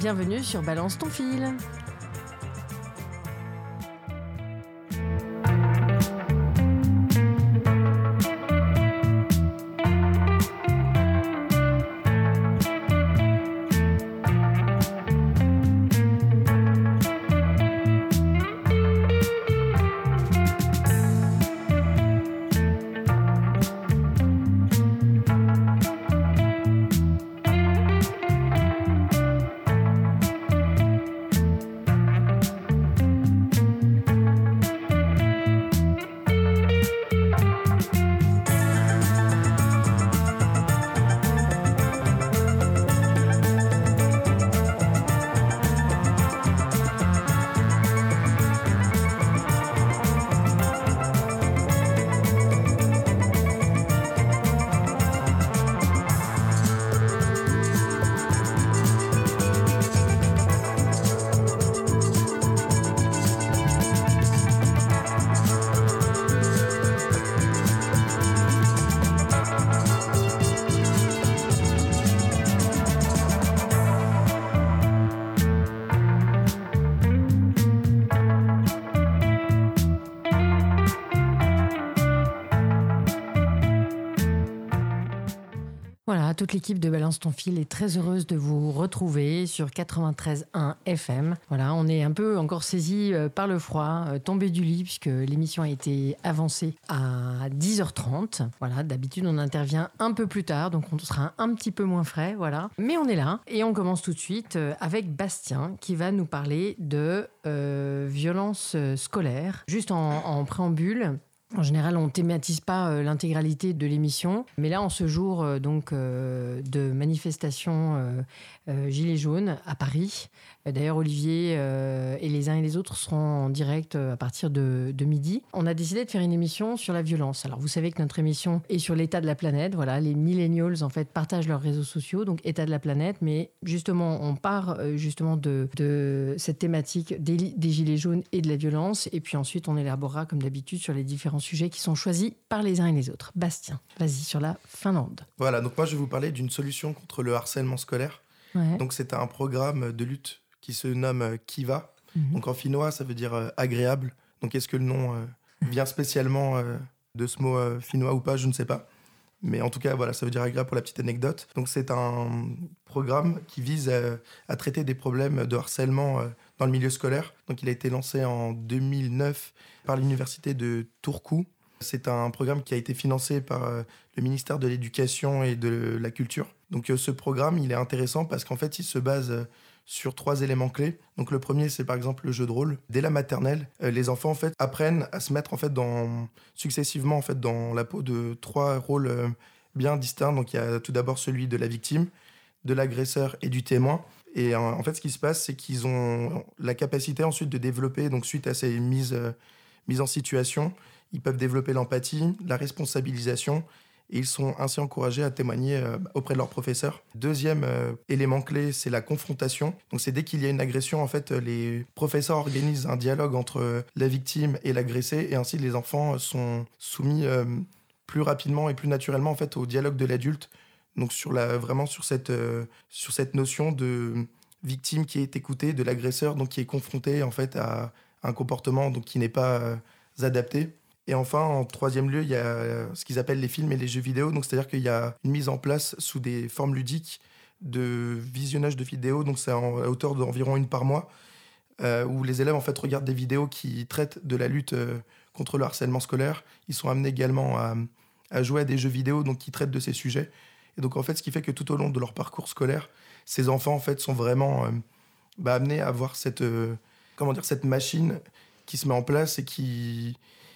Bienvenue sur Balance ton fil. Voilà, toute l'équipe de Balance ton fil est très heureuse de vous retrouver sur 93.1 FM. Voilà, on est un peu encore saisis par le froid, tombé du lit puisque l'émission a été avancée à 10h30. Voilà, d'habitude on intervient un peu plus tard, donc on sera un petit peu moins frais, voilà. Mais on est là et on commence tout de suite avec Bastien qui va nous parler de violence scolaire. Juste en préambule. En général, on ne thématise pas l'intégralité de l'émission, mais là, en ce jour de manifestation Gilets jaunes à Paris, d'ailleurs, Olivier et les uns et les autres seront en direct à partir de midi. On a décidé de faire une émission sur la violence. Alors, vous savez que notre émission est sur l'état de la planète. Voilà, les millennials, en fait, partagent leurs réseaux sociaux, donc état de la planète. Mais justement, on part justement de cette thématique des Gilets jaunes et de la violence. Et puis ensuite, on élaborera, comme d'habitude, sur les différents sujets qui sont choisis par les uns et les autres. Bastien, vas-y, sur la Finlande. Voilà, donc moi, je vais vous parler d'une solution contre le harcèlement scolaire. Ouais. Donc, c'est un programme de lutte qui se nomme Kiva. Donc en finnois, ça veut dire agréable. Donc est-ce que le nom vient spécialement de ce mot finnois ou pas, je ne sais pas. Mais en tout cas, voilà, ça veut dire agréable pour la petite anecdote. Donc c'est un programme qui vise à traiter des problèmes de harcèlement dans le milieu scolaire. Donc il a été lancé en 2009 par l'université de Turku. C'est un programme qui a été financé par le ministère de l'Éducation et de la Culture. Donc ce programme, il est intéressant parce qu'en fait, il se base sur 3 éléments clés. Donc le premier, c'est par exemple le jeu de rôle. Dès la maternelle, les enfants en fait apprennent à se mettre en fait successivement en fait dans la peau de 3 rôles bien distincts. Donc il y a tout d'abord celui de la victime, de l'agresseur et du témoin. Et en fait, ce qui se passe, c'est qu'ils ont la capacité ensuite de développer, donc suite à ces mises en situation, ils peuvent développer l'empathie, la responsabilisation. Et ils sont ainsi encouragés à témoigner auprès de leurs professeurs. Deuxième élément clé, c'est la confrontation. Donc c'est dès qu'il y a une agression, en fait, les professeurs organisent un dialogue entre la victime et l'agressé, et ainsi les enfants sont soumis plus rapidement et plus naturellement en fait au dialogue de l'adulte. Donc vraiment sur cette notion de victime qui est écoutée, de l'agresseur donc qui est confronté en fait à un comportement donc qui n'est pas adapté. Et enfin, en troisième lieu, il y a ce qu'ils appellent les films et les jeux vidéo. Donc, c'est-à-dire qu'il y a une mise en place sous des formes ludiques de visionnage de vidéos. Donc, c'est à hauteur d'environ 1 par mois, où les élèves en fait regardent des vidéos qui traitent de la lutte contre le harcèlement scolaire. Ils sont amenés également à jouer à des jeux vidéo donc qui traitent de ces sujets. Et donc, en fait, ce qui fait que tout au long de leur parcours scolaire, ces enfants en fait sont vraiment amenés à avoir cette machine qui se met en place et qui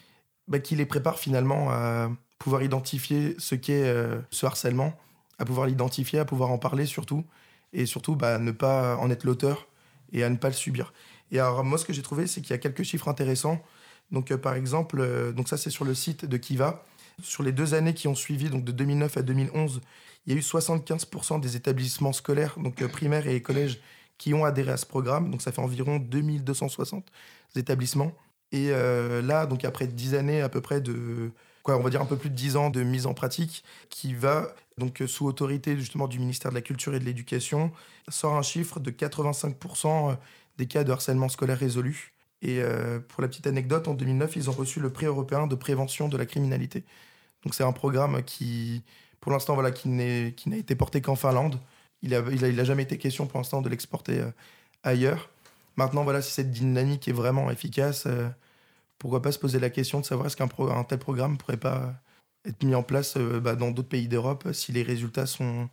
les prépare finalement à pouvoir identifier ce qu'est ce harcèlement, à pouvoir l'identifier, à pouvoir en parler surtout, et surtout ne pas en être l'auteur et à ne pas le subir. Et alors moi, ce que j'ai trouvé, c'est qu'il y a quelques chiffres intéressants. Donc par exemple, donc ça c'est sur le site de Kiva. Sur les 2 années qui ont suivi, donc de 2009 à 2011, il y a eu 75% des établissements scolaires, donc primaires et collèges, qui ont adhéré à ce programme. Donc ça fait environ 2260 établissements. Et là, donc après 10 années à peu près de on va dire un peu plus de 10 ans de mise en pratique, qui va, donc sous autorité justement du ministère de la Culture et de l'Éducation, sort un chiffre de 85% des cas de harcèlement scolaire résolus. Et pour la petite anecdote, en 2009, ils ont reçu le prix européen de prévention de la criminalité. Donc c'est un programme qui, pour l'instant, qui n'a été porté qu'en Finlande. Il n'a jamais été question pour l'instant de l'exporter ailleurs. Maintenant, si cette dynamique est vraiment efficace, pourquoi pas se poser la question de savoir est-ce qu'un tel programme ne pourrait pas être mis en place dans d'autres pays d'Europe si les résultats sont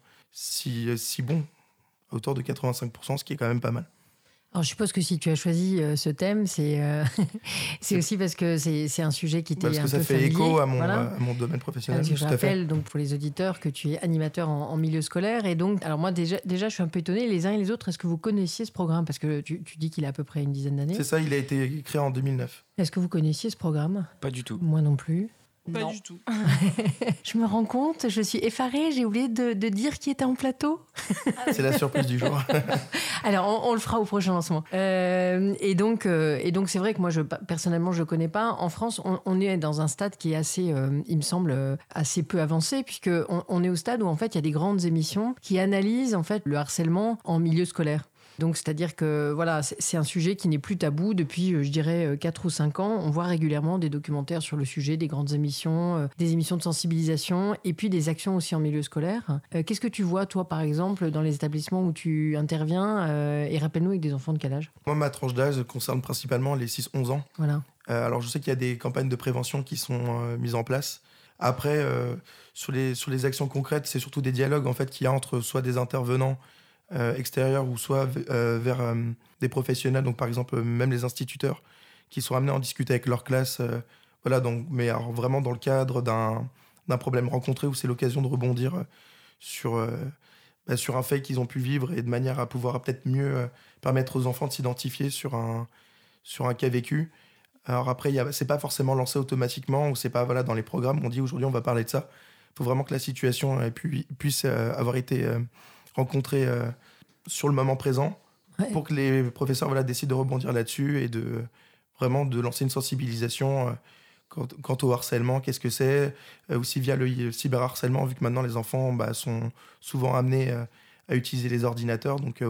si bons, à hauteur de 85%, ce qui est quand même pas mal. Alors, je suppose que si tu as choisi ce thème, c'est aussi parce que c'est un sujet qui t'est un peu familier. Parce que ça fait écho à mon domaine professionnel. Je rappelle donc pour les auditeurs que tu es animateur en milieu scolaire. Et donc, alors moi déjà, je suis un peu étonnée, les uns et les autres, est-ce que vous connaissiez ce programme ? Parce que tu dis qu'il a à peu près une dizaine d'années. C'est ça, il a été créé en 2009. Est-ce que vous connaissiez ce programme ? Pas du tout. Moi non plus. Pas du tout. Je me rends compte, je suis effarée, j'ai oublié de dire qui était en plateau. C'est la surprise du jour. Alors, on le fera au prochain lancement. Et donc, c'est vrai que moi, personnellement, je ne connais pas. En France, on est dans un stade qui est assez, il me semble, assez peu avancé, puisqu'on est au stade où, en fait, il y a des grandes émissions qui analysent, en fait, le harcèlement en milieu scolaire. Donc, c'est-à-dire que c'est un sujet qui n'est plus tabou depuis, je dirais, 4 ou 5 ans. On voit régulièrement des documentaires sur le sujet, des grandes émissions, des émissions de sensibilisation et puis des actions aussi en milieu scolaire. Qu'est-ce que tu vois, toi, par exemple, dans les établissements où tu interviens et rappelle-nous avec des enfants de quel âge ? Moi, ma tranche d'âge concerne principalement les 6-11 ans. Voilà. Alors, je sais qu'il y a des campagnes de prévention qui sont mises en place. Après, sur les actions concrètes, c'est surtout des dialogues en fait, qu'il y a entre soit des intervenants extérieurs ou soit vers des professionnels, donc par exemple même les instituteurs qui sont amenés à en discuter avec leur classe, mais alors vraiment dans le cadre d'un problème rencontré où c'est l'occasion de rebondir sur un fait qu'ils ont pu vivre et de manière à pouvoir peut-être mieux permettre aux enfants de s'identifier sur un cas vécu. Alors après, c'est pas forcément lancé automatiquement ou c'est pas dans les programmes on dit aujourd'hui on va parler de ça. Il faut vraiment que la situation puisse avoir été rencontrée sur le moment présent pour que les professeurs décident de rebondir là-dessus et de lancer une sensibilisation quant au harcèlement, qu'est-ce que c'est, aussi via le cyberharcèlement, vu que maintenant les enfants sont souvent amenés à utiliser les ordinateurs. Donc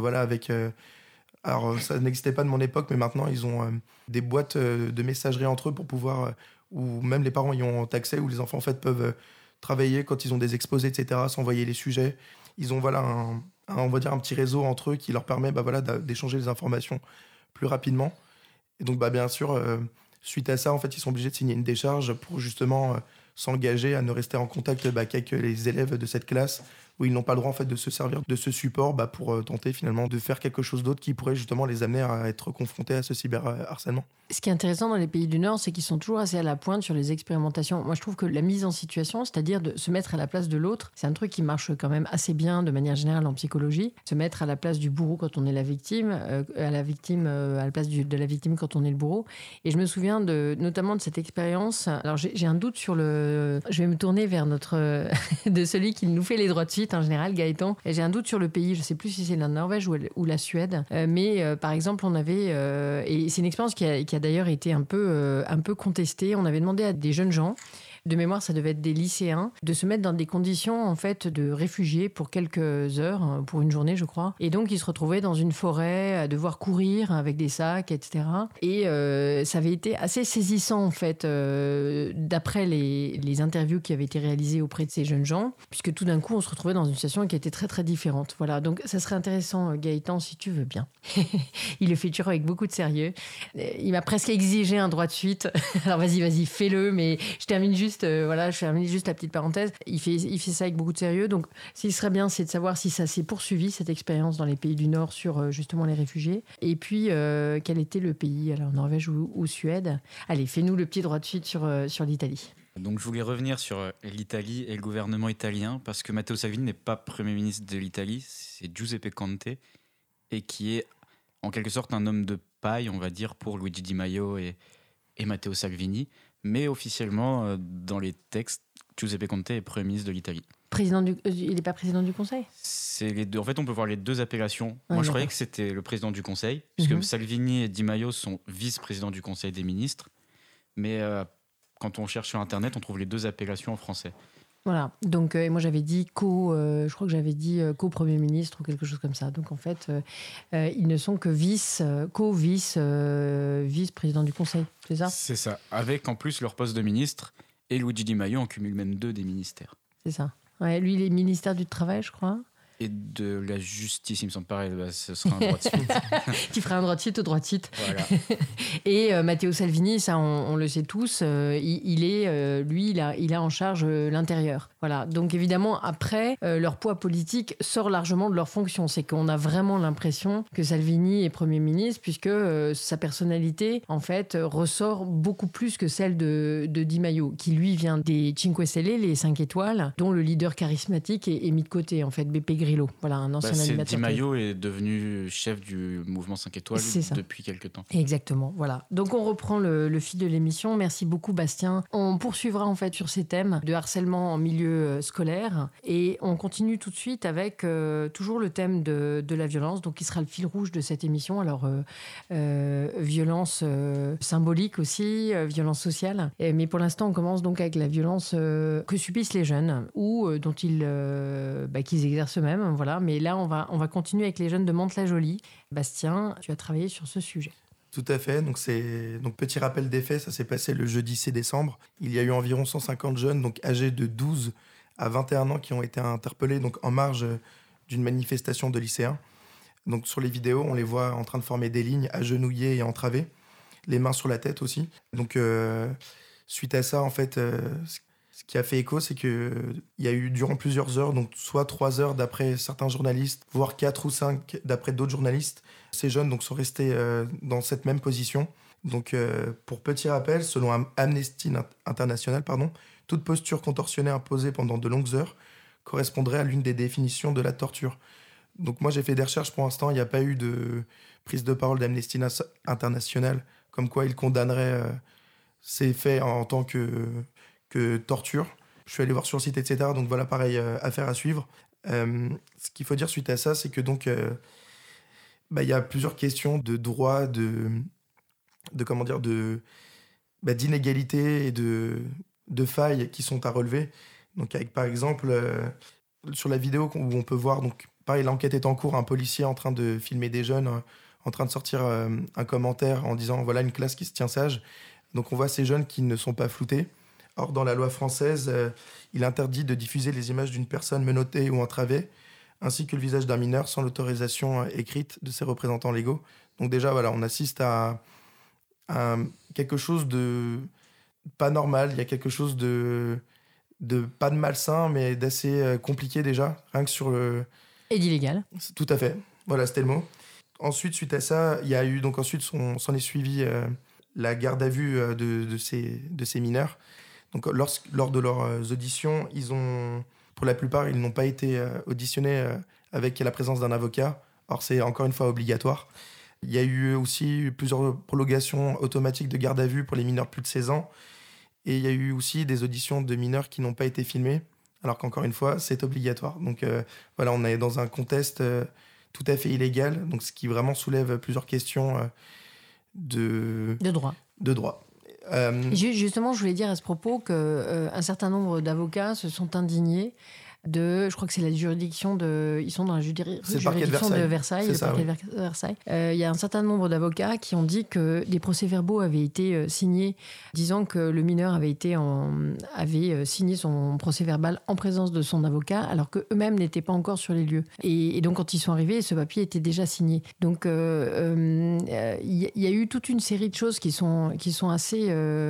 alors ça n'existait pas de mon époque, mais maintenant ils ont des boîtes de messagerie entre eux pour pouvoir, où même les parents y ont accès, où les enfants en fait peuvent travailler quand ils ont des exposés, etc., s'envoyer les sujets. Ils ont on va dire un petit réseau entre eux qui leur permet d'échanger les informations plus rapidement. Et donc bien sûr, suite à ça, en fait, ils sont obligés de signer une décharge pour justement s'engager à ne rester en contact qu'avec les élèves de cette classe, où ils n'ont pas le droit en fait, de se servir de ce support pour tenter finalement de faire quelque chose d'autre qui pourrait justement les amener à être confrontés à ce cyberharcèlement. Ce qui est intéressant dans les pays du Nord, c'est qu'ils sont toujours assez à la pointe sur les expérimentations. Moi, je trouve que la mise en situation, c'est-à-dire de se mettre à la place de l'autre, c'est un truc qui marche quand même assez bien de manière générale en psychologie. Se mettre à la place du bourreau quand on est la victime, à la place de la victime quand on est le bourreau. Et je me souviens notamment de cette expérience. Alors, j'ai un doute sur le... Je vais me tourner vers de celui qui nous fait les droits de suite, en général, Gaëtan. Et j'ai un doute sur le pays. Je ne sais plus si c'est la Norvège ou la Suède. Mais par exemple, on avait... et c'est une expérience qui a d'ailleurs été un peu contestée. On avait demandé à des jeunes gens, de mémoire ça devait être des lycéens, de se mettre dans des conditions en fait de réfugiés pour quelques heures, pour une journée je crois. Et donc ils se retrouvaient dans une forêt à devoir courir avec des sacs, etc. Et ça avait été assez saisissant en fait, d'après les interviews qui avaient été réalisées auprès de ces jeunes gens, puisque tout d'un coup on se retrouvait dans une situation qui était très très différente. Voilà, donc ça serait intéressant Gaëtan si tu veux bien. Il le fait toujours avec beaucoup de sérieux. Il m'a presque exigé un droit de suite. Alors vas-y, fais-le, mais je termine juste la petite parenthèse. Il fait ça avec beaucoup de sérieux. Donc, ce qui serait bien, c'est de savoir si ça s'est poursuivi, cette expérience dans les pays du Nord sur justement les réfugiés. Et puis, quel était le pays, alors Norvège ou Suède. Allez, fais-nous le petit droit de suite sur l'Italie. Donc, je voulais revenir sur l'Italie et le gouvernement italien, parce que Matteo Salvini n'est pas Premier ministre de l'Italie, c'est Giuseppe Conte, et qui est en quelque sorte un homme de paille, on va dire, pour Luigi Di Maio et Matteo Salvini. Mais officiellement, dans les textes, Giuseppe Conte est Premier ministre de l'Italie. Il n'est pas président du Conseil ? C'est les deux. En fait, on peut voir les deux appellations. Ah, moi, je croyais que c'était le président du Conseil, puisque Salvini et Di Maio sont vice-présidents du Conseil des ministres. Mais quand on cherche sur Internet, on trouve les deux appellations en français. Voilà, donc moi j'avais dit je crois que j'avais dit co-premier ministre ou quelque chose comme ça. Donc en fait, ils ne sont que vice-président du Conseil, c'est ça ? C'est ça, avec en plus leur poste de ministre, et Luigi Di Maio en cumule même 2 des ministères. C'est ça. Ouais, lui, il est ministère du Travail, je crois. Et de la justice, il me semble pareil, ce sera un droit de suite. Tu feras un droit de suite au droit de suite. Voilà. Et Matteo Salvini, ça on le sait tous, il a en charge l'intérieur. Voilà. Donc évidemment, après, leur poids politique sort largement de leur fonction. C'est qu'on a vraiment l'impression que Salvini est Premier ministre, puisque sa personnalité, en fait, ressort beaucoup plus que celle de Di Maio, qui lui vient des Cinque Stelle, les 5 étoiles, dont le leader charismatique est mis de côté, en fait, Beppe Grillo. Voilà, un ancien animateur. Di Maio est devenu chef du mouvement 5 étoiles depuis quelques temps. Exactement, voilà. Donc on reprend le fil de l'émission. Merci beaucoup Bastien. On poursuivra en fait sur ces thèmes de harcèlement en milieu scolaire et on continue tout de suite avec toujours le thème de la violence, donc qui sera le fil rouge de cette émission. Alors violence symbolique aussi, violence sociale. Mais pour l'instant on commence donc avec la violence que subissent les jeunes ou dont qu'ils exercent eux-mêmes. Voilà, mais là on va continuer avec les jeunes de Mantes-la-Jolie. Bastien, tu as travaillé sur ce sujet. Tout à fait. Donc petit rappel des faits, ça s'est passé le jeudi 6 décembre. Il y a eu environ 150 jeunes, donc âgés de 12 à 21 ans, qui ont été interpellés donc en marge d'une manifestation de lycéens. Donc sur les vidéos, on les voit en train de former des lignes, agenouillés et entravés, les mains sur la tête aussi. Donc suite à ça, en fait, ce qui a fait écho, c'est qu'il y a eu durant plusieurs heures, donc soit 3 heures d'après certains journalistes, voire 4 ou 5 d'après d'autres journalistes, ces jeunes donc, sont restés dans cette même position. Donc, pour petit rappel, selon Amnesty International, toute posture contorsionnée imposée pendant de longues heures correspondrait à l'une des définitions de la torture. Donc moi, j'ai fait des recherches pour l'instant, il n'y a pas eu de prise de parole d'Amnesty International, comme quoi ils condamneraient ces faits en tant que torture. Je suis allé voir sur le site, etc. Donc voilà, pareil, affaire à suivre. Ce qu'il faut dire suite à ça, c'est que donc y a plusieurs questions de droit, d'inégalité et de failles qui sont à relever. Donc avec par exemple sur la vidéo où on peut voir, donc pareil, l'enquête est en cours, un policier en train de filmer des jeunes, en train de sortir un commentaire en disant voilà une classe qui se tient sage. Donc on voit ces jeunes qui ne sont pas floutés. Or, dans la loi française, il interdit de diffuser les images d'une personne menottée ou entravée, ainsi que le visage d'un mineur sans l'autorisation écrite de ses représentants légaux. Donc déjà, voilà, on assiste à quelque chose de pas normal. Il y a quelque chose de pas de malsain, mais d'assez compliqué déjà, rien que sur le... Et d'illégal. Tout à fait. Voilà, c'était le mot. Ensuite, suite à ça, il y a eu... Donc ensuite, s'en est suivi la garde à vue de ces mineurs. Donc, lors de leurs auditions, pour la plupart, ils n'ont pas été auditionnés avec la présence d'un avocat. Or, c'est encore une fois obligatoire. Il y a eu aussi plusieurs prolongations automatiques de garde à vue pour les mineurs plus de 16 ans. Et il y a eu aussi des auditions de mineurs qui n'ont pas été filmées, alors qu'encore une fois, c'est obligatoire. Donc voilà, on est dans un contexte tout à fait illégal, donc ce qui vraiment soulève plusieurs questions de droit. Justement, je voulais dire à ce propos qu'un certain nombre d'avocats se sont indignés je crois que c'est la juridiction ils sont dans la juridiction de Versailles, le parquet de Versailles. Il y a un certain nombre d'avocats qui ont dit que des procès-verbaux avaient été signés disant que le mineur avait signé son procès-verbal en présence de son avocat alors qu'eux-mêmes n'étaient pas encore sur les lieux. Et donc quand ils sont arrivés, ce papier était déjà signé. Donc il y a eu toute une série de choses qui sont assez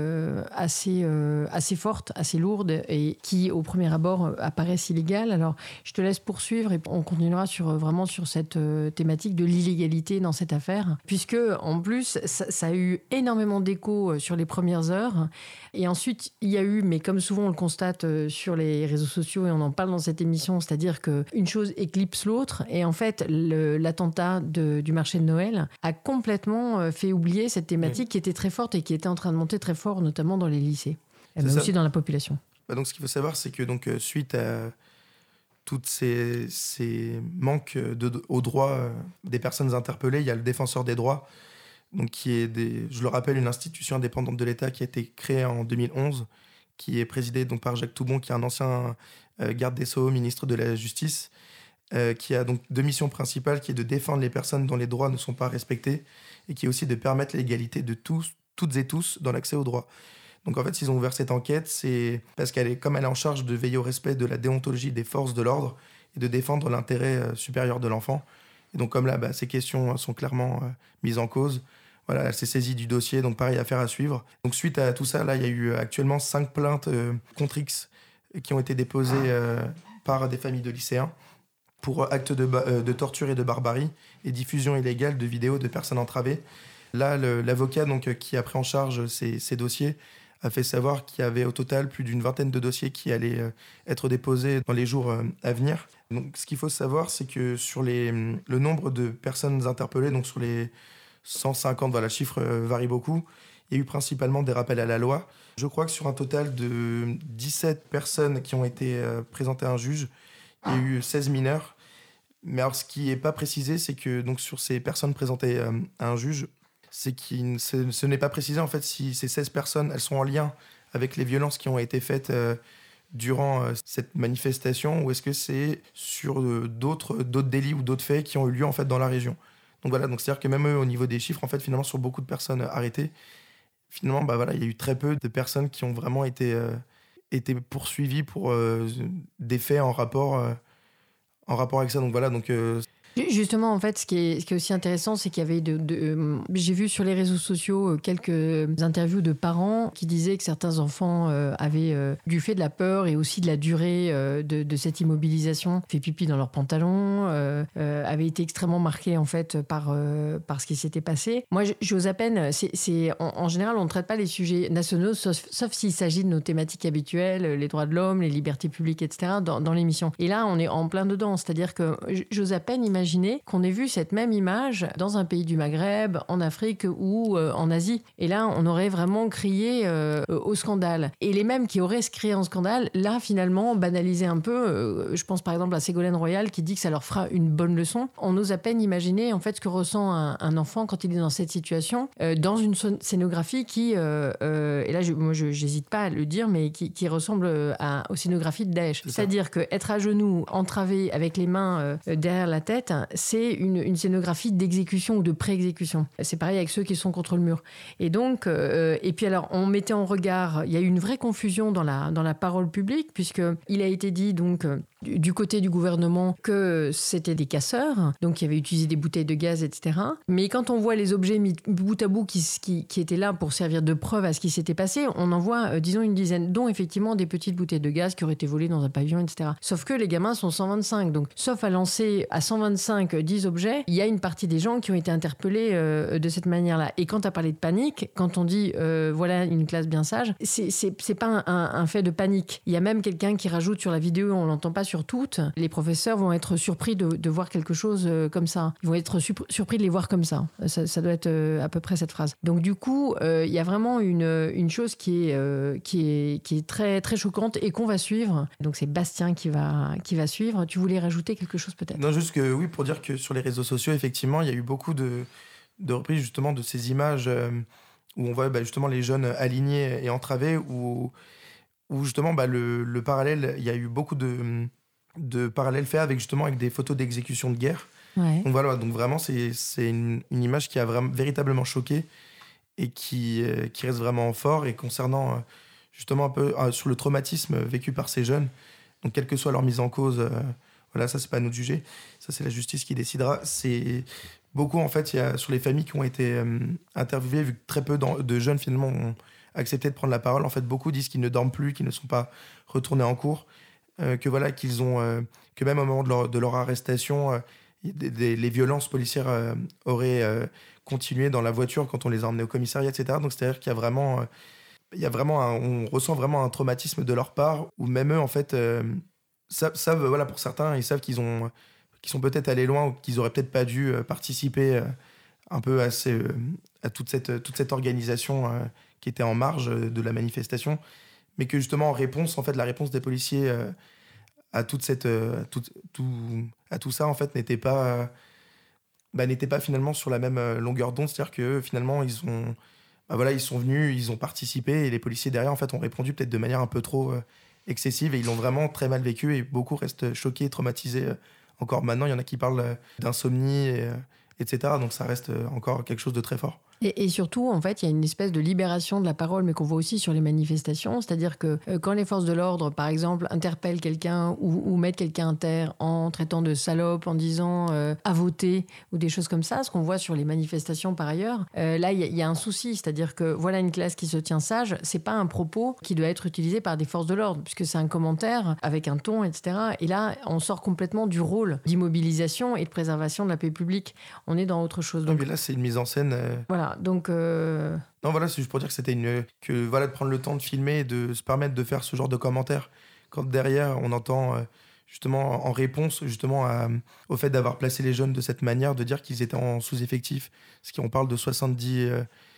fortes, assez lourdes et qui au premier abord apparaissent illégales. Alors, je te laisse poursuivre et on continuera vraiment sur cette thématique de l'illégalité dans cette affaire, puisque en plus, ça a eu énormément d'écho sur les premières heures. Et ensuite, il y a eu, mais comme souvent on le constate sur les réseaux sociaux et on en parle dans cette émission, c'est-à-dire qu'une chose éclipse l'autre. Et en fait, l'attentat du marché de Noël a complètement fait oublier cette thématique qui était très forte et qui était en train de monter très fort, notamment dans les lycées, mais aussi dans la population. Donc, ce qu'il faut savoir, c'est que suite à tous ces manques au droit des personnes interpellées, il y a le défenseur des droits donc qui est, je le rappelle, une institution indépendante de l'État qui a été créée en 2011, qui est présidée donc par Jacques Toubon, qui est un ancien garde des Sceaux, ministre de la Justice, qui a donc 2 missions principales, qui est de défendre les personnes dont les droits ne sont pas respectés et qui est aussi de permettre l'égalité de toutes et tous dans l'accès aux droits. Donc en fait, s'ils ont ouvert cette enquête, c'est parce elle est en charge de veiller au respect de la déontologie des forces de l'ordre et de défendre l'intérêt supérieur de l'enfant. Et donc comme là, ces questions sont clairement mises en cause, voilà, elle s'est saisie du dossier, donc pareil, affaire à suivre. Donc suite à tout ça, là, il y a eu actuellement 5 plaintes contre X qui ont été déposées par des familles de lycéens pour actes de torture et de barbarie et diffusion illégale de vidéos de personnes entravées. Là, l'avocat donc, qui a pris en charge ces dossiers a fait savoir qu'il y avait au total plus d'une vingtaine de dossiers qui allaient être déposés dans les jours à venir. Donc, ce qu'il faut savoir, c'est que sur le nombre de personnes interpellées, donc sur les 150, voilà, le chiffre varie beaucoup, il y a eu principalement des rappels à la loi. Je crois que sur un total de 17 personnes qui ont été présentées à un juge, il y a eu 16 mineurs. Mais alors, ce qui n'est pas précisé, c'est que donc, sur ces personnes présentées à un juge, c'est que ce n'est pas précisé en fait si ces 16 personnes elles sont en lien avec les violences qui ont été faites durant cette manifestation ou est-ce que c'est sur d'autres délits ou d'autres faits qui ont eu lieu en fait dans la région. Donc voilà, donc c'est-à-dire que même au niveau des chiffres en fait finalement sur beaucoup de personnes arrêtées, finalement voilà, il y a eu très peu de personnes qui ont vraiment été poursuivies pour des faits en rapport avec ça. Donc voilà, donc Justement, en fait, ce qui est aussi intéressant, c'est qu'il y avait j'ai vu sur les réseaux sociaux quelques interviews de parents qui disaient que certains enfants avaient, du fait de la peur et aussi de la durée de cette immobilisation, fait pipi dans leurs pantalons, avaient été extrêmement marqués en fait par ce qui s'était passé. Moi, j'ose à peine. En général, on ne traite pas les sujets nationaux, sauf s'il s'agit de nos thématiques habituelles, les droits de l'homme, les libertés publiques, etc. dans l'émission. Et là, on est en plein dedans, c'est-à-dire que j'ose à peine imaginer qu'on ait vu cette même image dans un pays du Maghreb, en Afrique ou en Asie. Et là, on aurait vraiment crié au scandale. Et les mêmes qui auraient crié en scandale, là, finalement, banalisé un peu. Je pense par exemple à Ségolène Royal qui dit que ça leur fera une bonne leçon. On ose à peine imaginer en fait ce que ressent un enfant quand il est dans cette situation, dans une scénographie qui, et là, moi, je n'hésite pas à le dire, mais qui ressemble aux scénographies de Daesh. C'est-à-dire qu'être à genoux, entravé, avec les mains derrière la tête, c'est une scénographie d'exécution ou de pré-exécution. C'est pareil avec ceux qui sont contre le mur. Et donc, et puis alors, on mettait en regard, il y a eu une vraie confusion dans la parole publique, puisqu'il a été dit donc du côté du gouvernement que c'était des casseurs, donc qui avaient utilisé des bouteilles de gaz, etc. Mais quand on voit les objets mis bout à bout qui étaient là pour servir de preuve à ce qui s'était passé, on en voit, disons, une dizaine, dont effectivement des petites bouteilles de gaz qui auraient été volées dans un pavillon, etc. Sauf que les gamins sont 125, donc sauf à lancer à 125 10 objets, il y a une partie des gens qui ont été interpellés de cette manière-là. Et quand tu as parlé de panique, quand on dit voilà une classe bien sage, c'est pas un fait de panique. Il y a même quelqu'un qui rajoute sur la vidéo, on l'entend pas sur toutes, les professeurs vont être surpris de voir quelque chose comme ça. Ils vont être surpris de les voir comme ça. Ça doit être à peu près cette phrase. Donc du coup, il y a vraiment une chose qui est très, très choquante et qu'on va suivre. Donc c'est Bastien qui va suivre. Tu voulais rajouter quelque chose peut-être ? Non, juste que oui, pour dire que sur les réseaux sociaux, effectivement, il y a eu beaucoup de reprises justement de ces images où on voit justement les jeunes alignés et entravés, où justement le parallèle, il y a eu beaucoup de parallèles faits avec des photos d'exécution de guerre. Ouais. Donc voilà, donc vraiment c'est une image qui a véritablement choqué et qui reste vraiment fort et concernant justement un peu sur le traumatisme vécu par ces jeunes. Donc quelle que soit leur mise en cause, voilà, ça c'est pas à nous de juger, ça c'est la justice qui décidera. C'est beaucoup en fait, il y a sur les familles qui ont été interviewées, vu que très peu de jeunes finalement ont accepté de prendre la parole. En fait, beaucoup disent qu'ils ne dorment plus, qu'ils ne sont pas retournés en cours, que voilà, qu'ils ont que même au moment de leur arrestation, les violences policières auraient continué dans la voiture quand on les a emmenés au commissariat, etc. Donc c'est-à-dire qu'il y a vraiment on ressent vraiment un traumatisme de leur part, où même eux en fait savent, voilà, pour certains, ils savent qu'ils sont peut-être allés loin ou qu'ils auraient peut-être pas dû participer un peu à toute cette organisation qui était en marge de la manifestation, mais que justement en réponse, en fait, la réponse des policiers à tout ça en fait n'était pas n'étaient pas finalement sur la même longueur d'onde. C'est-à-dire que finalement, ils sont venus, ils ont participé et les policiers derrière en fait, ont répondu peut-être de manière un peu trop excessive et ils l'ont vraiment très mal vécu et beaucoup restent choqués et traumatisés. Encore maintenant, il y en a qui parlent d'insomnie, etc. Donc ça reste encore quelque chose de très fort. Et surtout, en fait, il y a une espèce de libération de la parole, mais qu'on voit aussi sur les manifestations. C'est-à-dire que quand les forces de l'ordre, par exemple, interpellent quelqu'un ou mettent quelqu'un à terre en traitant de salope, en disant à voter ou des choses comme ça, ce qu'on voit sur les manifestations par ailleurs, là, il y a un souci. C'est-à-dire que voilà une classe qui se tient sage, c'est pas un propos qui doit être utilisé par des forces de l'ordre, puisque c'est un commentaire avec un ton, etc. Et là, on sort complètement du rôle d'immobilisation et de préservation de la paix publique. On est dans autre chose. Donc, mais là, c'est une mise en scène... Voilà. Donc non, voilà, c'est juste pour dire que c'était de prendre le temps de filmer et de se permettre de faire ce genre de commentaires. Quand derrière, on entend justement en réponse justement au fait d'avoir placé les jeunes de cette manière, de dire qu'ils étaient en sous-effectif. Parce qu'on parle de 70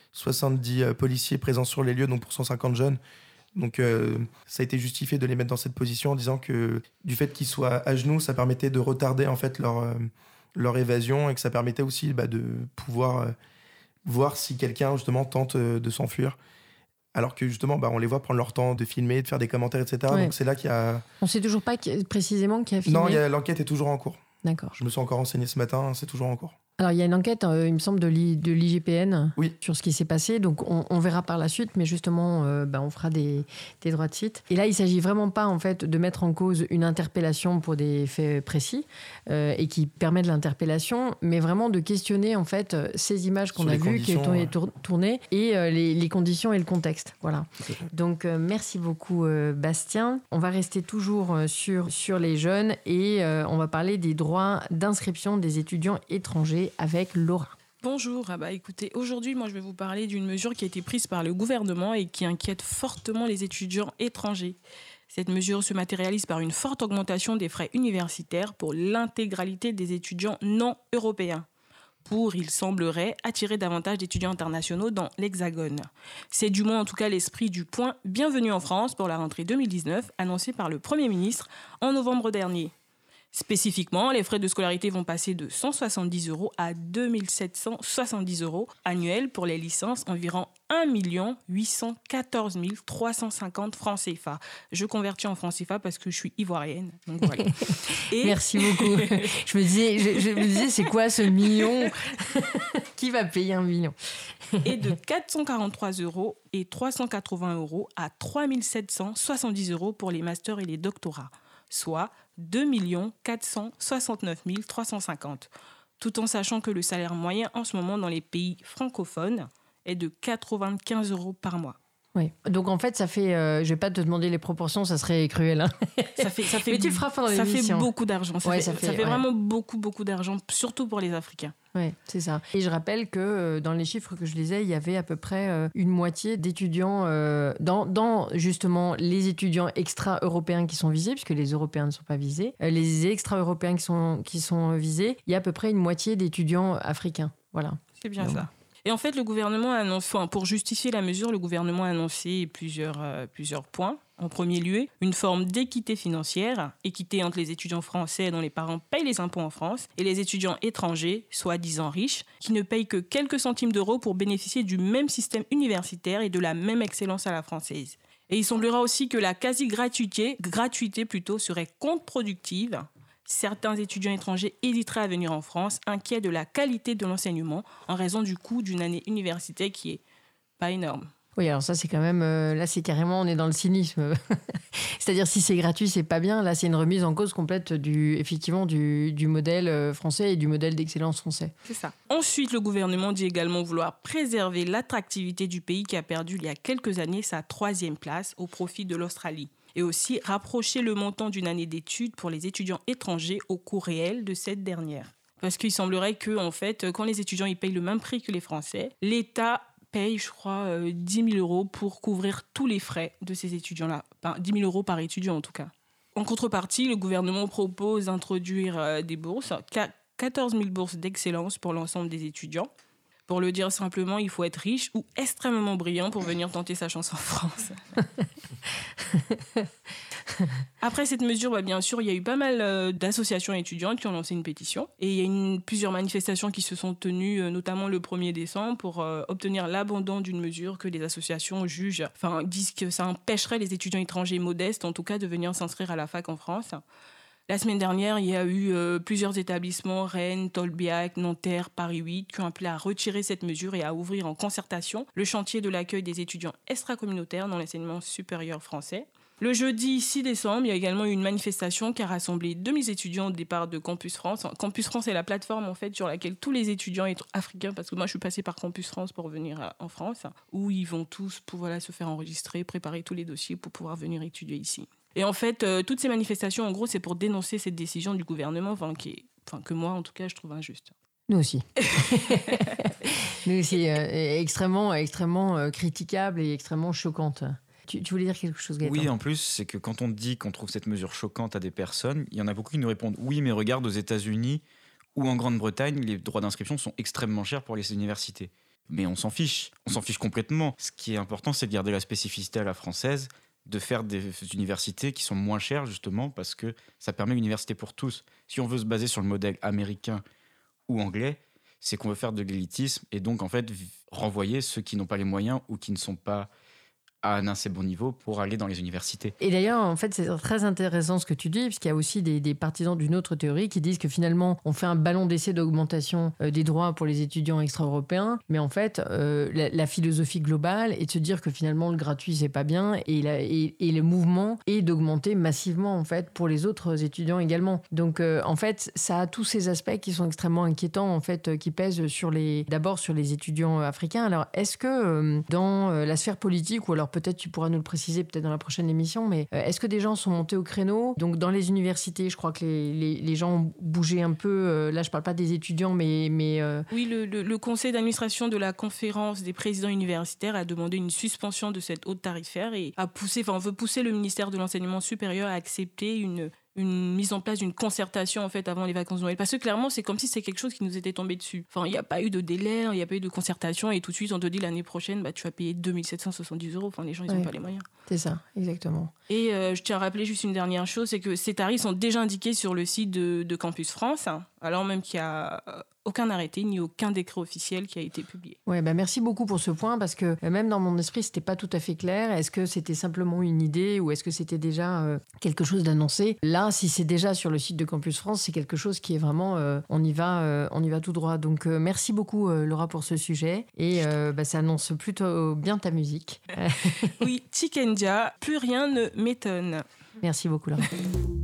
policiers présents sur les lieux, donc pour 150 jeunes. Donc ça a été justifié de les mettre dans cette position en disant que du fait qu'ils soient à genoux, ça permettait de retarder en fait leur évasion et que ça permettait aussi de pouvoir... voir si quelqu'un justement tente de s'enfuir alors que justement on les voit prendre leur temps de filmer, de faire des commentaires, etc. Ouais. Donc c'est là qu'il y a... On sait toujours pas précisément qui a filmé. Non, l'enquête est toujours en cours. D'accord. Je me suis encore renseigné ce matin, c'est toujours en cours. Alors, il y a une enquête, il me semble, de l'IGPN sur ce qui s'est passé. Donc, on verra par la suite, mais justement, on fera des droits de site. Et là, il ne s'agit vraiment pas, en fait, de mettre en cause une interpellation pour des faits précis et qui permet de l'interpellation, mais vraiment de questionner, en fait, ces images qu'on a vues, qui ont été tournées, et les conditions et le contexte. Voilà. Donc, merci beaucoup, Bastien. On va rester toujours sur les jeunes et on va parler des droits d'inscription des étudiants étrangers avec Laura. Bonjour, écoutez, aujourd'hui moi je vais vous parler d'une mesure qui a été prise par le gouvernement et qui inquiète fortement les étudiants étrangers. Cette mesure se matérialise par une forte augmentation des frais universitaires pour l'intégralité des étudiants non européens. Il semblerait, attirer davantage d'étudiants internationaux dans l'Hexagone. C'est du moins en tout cas l'esprit du point « Bienvenue en France » pour la rentrée 2019 annoncé par le Premier ministre en novembre dernier. Spécifiquement, les frais de scolarité vont passer de 170 € à 2770 € annuels pour les licences, environ 1 814 350 francs CFA. Je convertis en francs CFA parce que je suis ivoirienne. Donc voilà. Merci beaucoup. Je me disais, c'est quoi ce million? Qui va payer 1 million? Et de 443 € et 380 € à 3770 € pour les masters et les doctorats, soit 2 469 350, tout en sachant que le salaire moyen en ce moment dans les pays francophones est de 95 € par mois. Oui, donc en fait, ça fait. Je ne vais pas te demander les proportions, ça serait cruel. Hein. Ça fait, mais tu le feras pendant l'émission. Ça fait beaucoup d'argent. Ça fait vraiment beaucoup d'argent, surtout pour les Africains. Oui, c'est ça. Et je rappelle que dans les chiffres que je lisais, il y avait à peu près une moitié d'étudiants dans justement les étudiants extra-européens qui sont visés, puisque les Européens ne sont pas visés. Les extra-européens qui sont visés, il y a à peu près une moitié d'étudiants africains. Voilà. C'est bien ça. Et en fait, le gouvernement a annoncé, pour justifier la mesure, le gouvernement a annoncé plusieurs points. En premier lieu, une forme d'équité financière, équité entre les étudiants français dont les parents payent les impôts en France et les étudiants étrangers, soi-disant riches, qui ne payent que quelques centimes d'euros pour bénéficier du même système universitaire et de la même excellence à la française. Et il semblera aussi que la quasi-gratuité serait contre-productive. Certains étudiants étrangers hésiteraient à venir en France, inquiets de la qualité de l'enseignement en raison du coût d'une année universitaire qui est pas énorme. Oui, alors ça, c'est quand même... là, c'est carrément, on est dans le cynisme. C'est-à-dire, si c'est gratuit, c'est pas bien. Là, c'est une remise en cause complète du modèle français et du modèle d'excellence français. C'est ça. Ensuite, le gouvernement dit également vouloir préserver l'attractivité du pays qui a perdu il y a quelques années sa 3e place au profit de l'Australie. Et aussi rapprocher le montant d'une année d'études pour les étudiants étrangers au coût réel de cette dernière. Parce qu'il semblerait que, en fait, quand les étudiants ils payent le même prix que les Français, l'État paye, je crois, 10 000 € pour couvrir tous les frais de ces étudiants-là. 10 000 € par étudiant, en tout cas. En contrepartie, le gouvernement propose d'introduire des bourses, 14 000 bourses d'excellence pour l'ensemble des étudiants. Pour le dire simplement, il faut être riche ou extrêmement brillant pour venir tenter sa chance en France. Après cette mesure, bien sûr, il y a eu pas mal d'associations étudiantes qui ont lancé une pétition. Et il y a plusieurs manifestations qui se sont tenues, notamment le 1er décembre, pour obtenir l'abandon d'une mesure que les associations disent que ça empêcherait les étudiants étrangers modestes, en tout cas, de venir s'inscrire à la fac en France. La semaine dernière, il y a eu plusieurs établissements, Rennes, Tolbiac, Nanterre, Paris 8, qui ont appelé à retirer cette mesure et à ouvrir en concertation le chantier de l'accueil des étudiants extracommunautaires dans l'enseignement supérieur français. Le jeudi 6 décembre, il y a également eu une manifestation qui a rassemblé 2000 étudiants au départ de Campus France. Campus France est la plateforme en fait, sur laquelle tous les étudiants africains, parce que moi je suis passée par Campus France pour venir en France, où ils vont tous se faire enregistrer, préparer tous les dossiers pour pouvoir venir étudier ici. Et en fait, toutes ces manifestations, en gros, c'est pour dénoncer cette décision du gouvernement, que moi, en tout cas, je trouve injuste. Nous aussi. Nous aussi, extrêmement critiquable et extrêmement choquante. Tu voulais dire quelque chose, Gaëtan ? Oui, en plus, c'est que quand on dit qu'on trouve cette mesure choquante à des personnes, il y en a beaucoup qui nous répondent « Oui, mais regarde, aux États-Unis ou en Grande-Bretagne, les droits d'inscription sont extrêmement chers pour les universités. » Mais on s'en fiche complètement. Ce qui est important, c'est de garder la spécificité à la française, de faire des universités qui sont moins chères, justement, parce que ça permet l'université pour tous. Si on veut se baser sur le modèle américain ou anglais, c'est qu'on veut faire de l'élitisme et donc, en fait, renvoyer ceux qui n'ont pas les moyens ou qui ne sont pas à un assez bon niveau pour aller dans les universités. Et d'ailleurs, en fait, c'est très intéressant ce que tu dis, parce qu'il y a aussi des partisans d'une autre théorie qui disent que finalement, on fait un ballon d'essai d'augmentation des droits pour les étudiants extra-européens, mais en fait, la philosophie globale est de se dire que finalement, le gratuit, c'est pas bien, et le mouvement est d'augmenter massivement, en fait, pour les autres étudiants également. Donc, en fait, ça a tous ces aspects qui sont extrêmement inquiétants, en fait, qui pèsent d'abord sur les étudiants africains. Alors, est-ce que dans la sphère politique, ou alors peut-être tu pourras nous le préciser peut-être dans la prochaine émission, mais est-ce que des gens sont montés au créneau ? Donc dans les universités, je crois que les gens ont bougé un peu. Là, je ne parle pas des étudiants, mais Oui, le conseil d'administration de la conférence des présidents universitaires a demandé une suspension de cette hausse tarifaire et veut pousser le ministère de l'enseignement supérieur à accepter une mise en place d'une concertation en fait avant les vacances de Noël, parce que clairement c'est comme si c'est quelque chose qui nous était tombé dessus. Enfin, il n'y a pas eu de délai, il n'y a pas eu de concertation et tout de suite on te dit l'année prochaine tu vas payer 2770 €. Enfin, les gens ils n'ont pas les moyens. C'est ça, exactement. Et je tiens à rappeler juste une dernière chose, c'est que ces tarifs sont déjà indiqués sur le site de Campus France, alors même qu'il n'y a aucun arrêté ni aucun décret officiel qui a été publié. Ouais, merci beaucoup pour ce point, parce que même dans mon esprit, c'était pas tout à fait clair. Est-ce que c'était simplement une idée ou est-ce que c'était déjà quelque chose d'annoncé ? Là, si c'est déjà sur le site de Campus France, c'est quelque chose qui est vraiment, on y va tout droit. Donc, merci beaucoup, Laura, pour ce sujet. Et ça annonce plutôt bien ta musique. Oui, Tikendia, plus rien ne m'étonne. Merci beaucoup, Laura.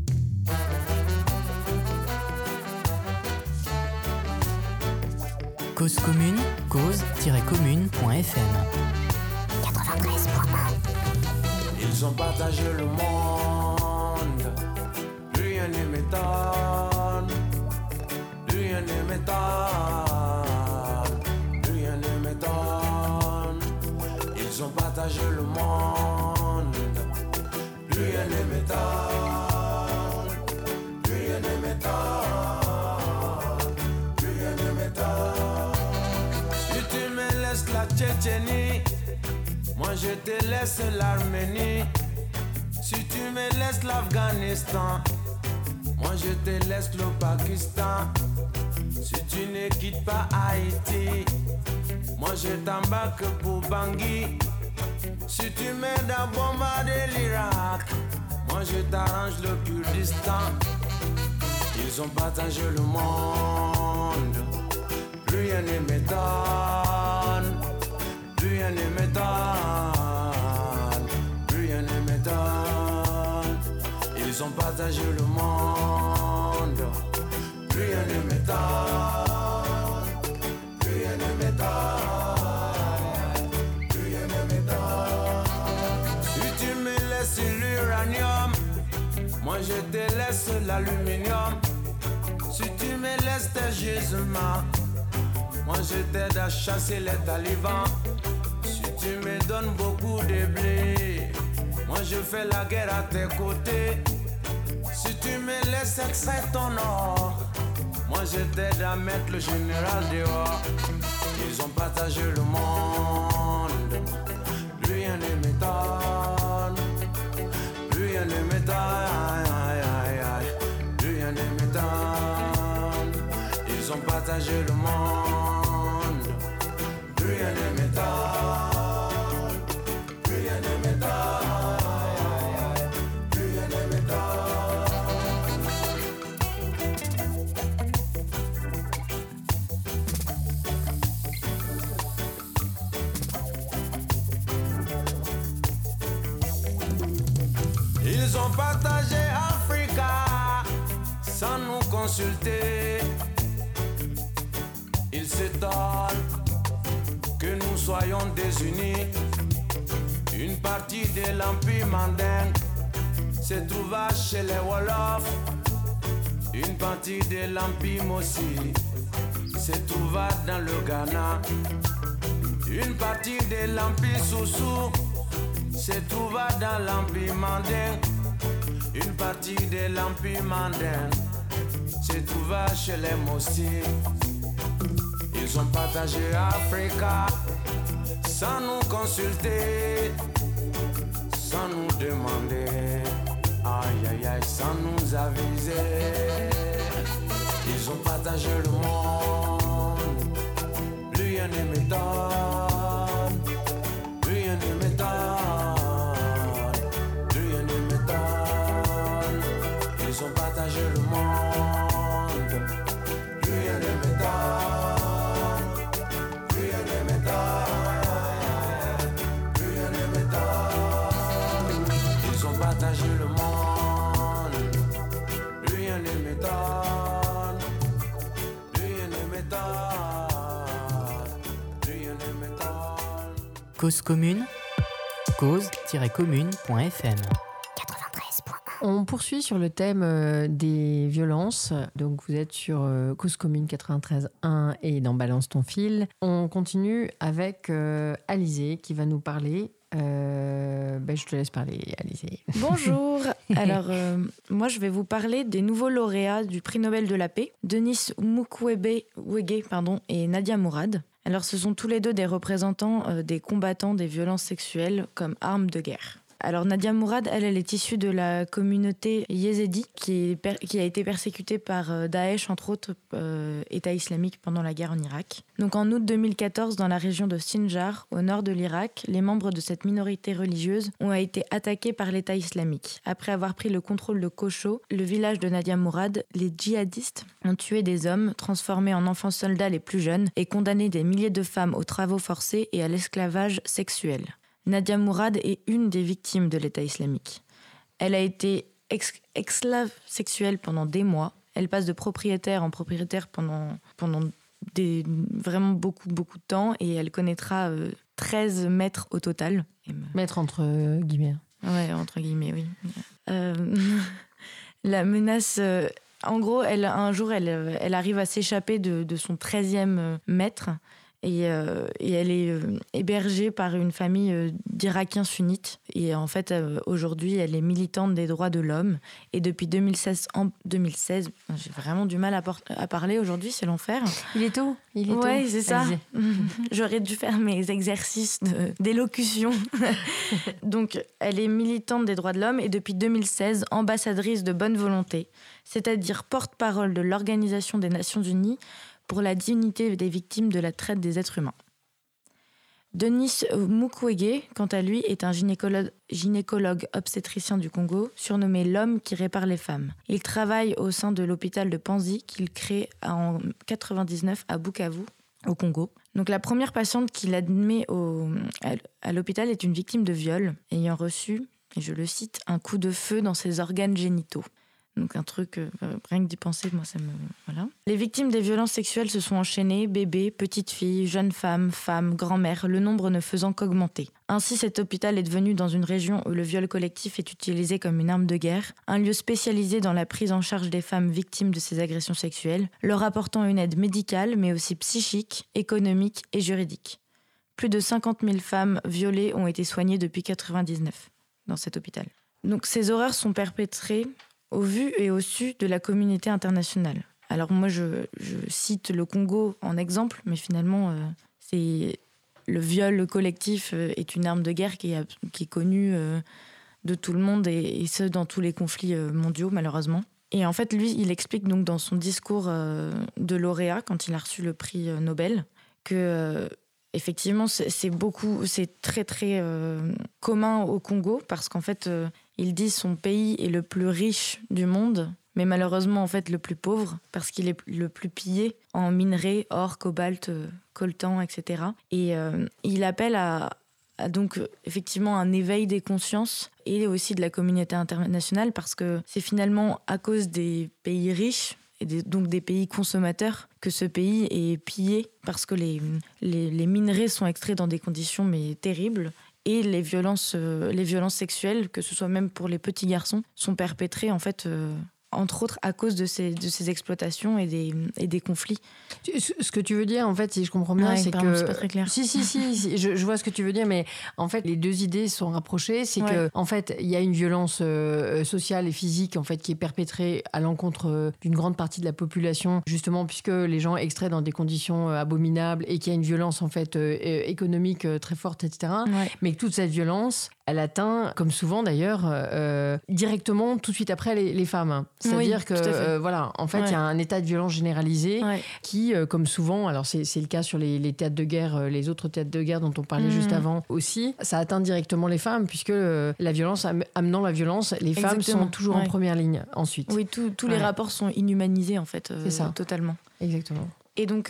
Cause commune, cause-commune.fm 93.1. Ils ont partagé le monde, rien ne m'étonne, rien ne m'étonne, rien ne m'étonne. Ils ont partagé le monde, rien ne m'étonne, rien ne m'étonne. La Tchétchénie, moi je te laisse l'Arménie. Si tu me laisses l'Afghanistan, moi je te laisse le Pakistan. Si tu ne quittes pas Haïti, moi je t'embarque pour Bangui. Si tu m'aides à bombarder l'Irak, moi je t'arrange le Kurdistan. Ils ont partagé le monde, rien ne m'étonne, rien ne m'étonne, rien ne m'étonne. Ils ont partagé le monde, rien ne m'étonne, rien ne m'étonne, rien ne m'étonne. Si tu me laisses l'uranium, moi je te laisse l'aluminium. Si tu me laisses tes gisements, moi je t'aide à chasser les talibans. Si tu me donnes beaucoup de blé, moi je fais la guerre à tes côtés. Si tu me laisses extraire ton or, moi je t'aide à mettre le général dehors. Ils ont partagé le monde, rien ne m'étonne, rien ne m'étonne. partager le monde. Plus rien ne m'étonne, plus rien ne m'étonne, plus rien ne m'étonne. Ils ont partagé Africa sans nous consulter. Ils s'étonnent que nous soyons désunis. Une partie de l'Empire mandingue se trouva chez les Wolofs. Une partie de l'Empire Mossi se trouva dans le Ghana. Une partie de l'Empire Soussou se trouva dans l'Empire mandingue. Une partie de l'Empire mandingue se trouva chez les Mossi. Ils ont partagé Africa sans nous consulter, sans nous demander, aïe aïe aïe, sans nous aviser. Ils ont partagé le monde, plus rien ne m'étonne, plus rien ne m'étonne, plus rien ne m'étonne. Ils ont partagé le monde, plus rien ne m'étonne. Partager le monde, rien ne m'étonne, rien ne m'étonne, rien ne m'étonne. Cause commune, cause-commune.fm. On poursuit sur le thème des violences. Donc vous êtes sur Cause Commune 93.1 et dans Balance ton fil. On continue avec Alizée qui va nous parler. Je te laisse parler, Alizée. Bonjour. Alors, moi, je vais vous parler des nouveaux lauréats du prix Nobel de la paix, Denis Mukwege et Nadia Mourad. Alors, ce sont tous les deux des représentants des combattants des violences sexuelles comme armes de guerre. Alors Nadia Mourad, elle est issue de la communauté yézidi qui a été persécutée par Daesh, entre autres État islamique pendant la guerre en Irak. Donc en août 2014, dans la région de Sinjar, au nord de l'Irak, les membres de cette minorité religieuse ont été attaqués par l'État islamique. Après avoir pris le contrôle de Kosho, le village de Nadia Mourad, les djihadistes ont tué des hommes, transformé en enfants soldats les plus jeunes et condamné des milliers de femmes aux travaux forcés et à l'esclavage sexuel. Nadia Mourad est une des victimes de l'État islamique. Elle a été esclave sexuelle pendant des mois. Elle passe de propriétaire en propriétaire pendant vraiment beaucoup de temps et elle connaîtra 13 maîtres au total. Maître entre guillemets. Ouais, entre guillemets, oui. La menace... en gros, un jour, elle arrive à s'échapper de son 13e maître. Et elle est hébergée par une famille d'Irakiens sunnites. Et en fait, aujourd'hui, elle est militante des droits de l'homme. Et depuis 2016, j'ai vraiment du mal à parler aujourd'hui, c'est l'enfer. Il est tôt. Ouais, c'est ça. J'aurais dû faire mes exercices d'élocution. Donc, elle est militante des droits de l'homme et depuis 2016, ambassadrice de bonne volonté, c'est-à-dire porte-parole de l'Organisation des Nations Unies pour la dignité des victimes de la traite des êtres humains. Denis Mukwege, quant à lui, est un gynécologue obstétricien du Congo, surnommé l'homme qui répare les femmes. Il travaille au sein de l'hôpital de Panzi qu'il crée en 1999 à Bukavu, au Congo. Donc la première patiente qu'il admet à l'hôpital est une victime de viol, ayant reçu, et je le cite, un coup de feu dans ses organes génitaux. Donc un truc, rien que d'y penser, moi ça me... Voilà. Les victimes des violences sexuelles se sont enchaînées, bébés, petites filles, jeunes femmes, grand-mères, le nombre ne faisant qu'augmenter. Ainsi, cet hôpital est devenu, dans une région où le viol collectif est utilisé comme une arme de guerre, un lieu spécialisé dans la prise en charge des femmes victimes de ces agressions sexuelles, leur apportant une aide médicale, mais aussi psychique, économique et juridique. Plus de 50 000 femmes violées ont été soignées depuis 1999 dans cet hôpital. Donc ces horreurs sont perpétrées au vu et au su de la communauté internationale. Alors moi, je cite le Congo en exemple, mais finalement, c'est le viol collectif est une arme de guerre qui est connue de tout le monde, et ce, dans tous les conflits mondiaux, malheureusement. Et en fait, lui, il explique donc dans son discours de lauréat, quand il a reçu le prix Nobel, que effectivement, c'est très très commun au Congo, parce qu'en fait, il dit son pays est le plus riche du monde, mais malheureusement en fait le plus pauvre, parce qu'il est le plus pillé en minerais, or, cobalt, coltan, etc. Et il appelle à donc effectivement un éveil des consciences et aussi de la communauté internationale, parce que c'est finalement à cause des pays riches et donc des pays consommateurs que ce pays est pillé, parce que les minerais sont extraits dans des conditions mais terribles, et les violences sexuelles, que ce soit même pour les petits garçons, sont perpétrées en fait entre autres à cause de ces exploitations et des conflits. Ce que tu veux dire, en fait, si je comprends bien, c'est que... c'est pas très clair. Si, je vois ce que tu veux dire, mais en fait, les deux idées sont rapprochées. C'est que, en fait, il y a une violence sociale et physique, en fait, qui est perpétrée à l'encontre d'une grande partie de la population, justement, puisque les gens extraient dans des conditions abominables, et qu'il y a une violence, en fait, économique très forte, etc. Ouais. Mais que toute cette violence, elle atteint, comme souvent d'ailleurs, directement, tout de suite après, les femmes. C'est-à-dire que, voilà, en fait, il y a un état de violence généralisé qui, comme souvent, alors c'est le cas sur les théâtres de guerre, les autres théâtres de guerre dont on parlait juste avant aussi, ça atteint directement les femmes, puisque la violence, amenant la violence, les femmes sont toujours en première ligne ensuite. Oui, tous les rapports sont inhumanisés, en fait, c'est ça. Totalement. Exactement. Et donc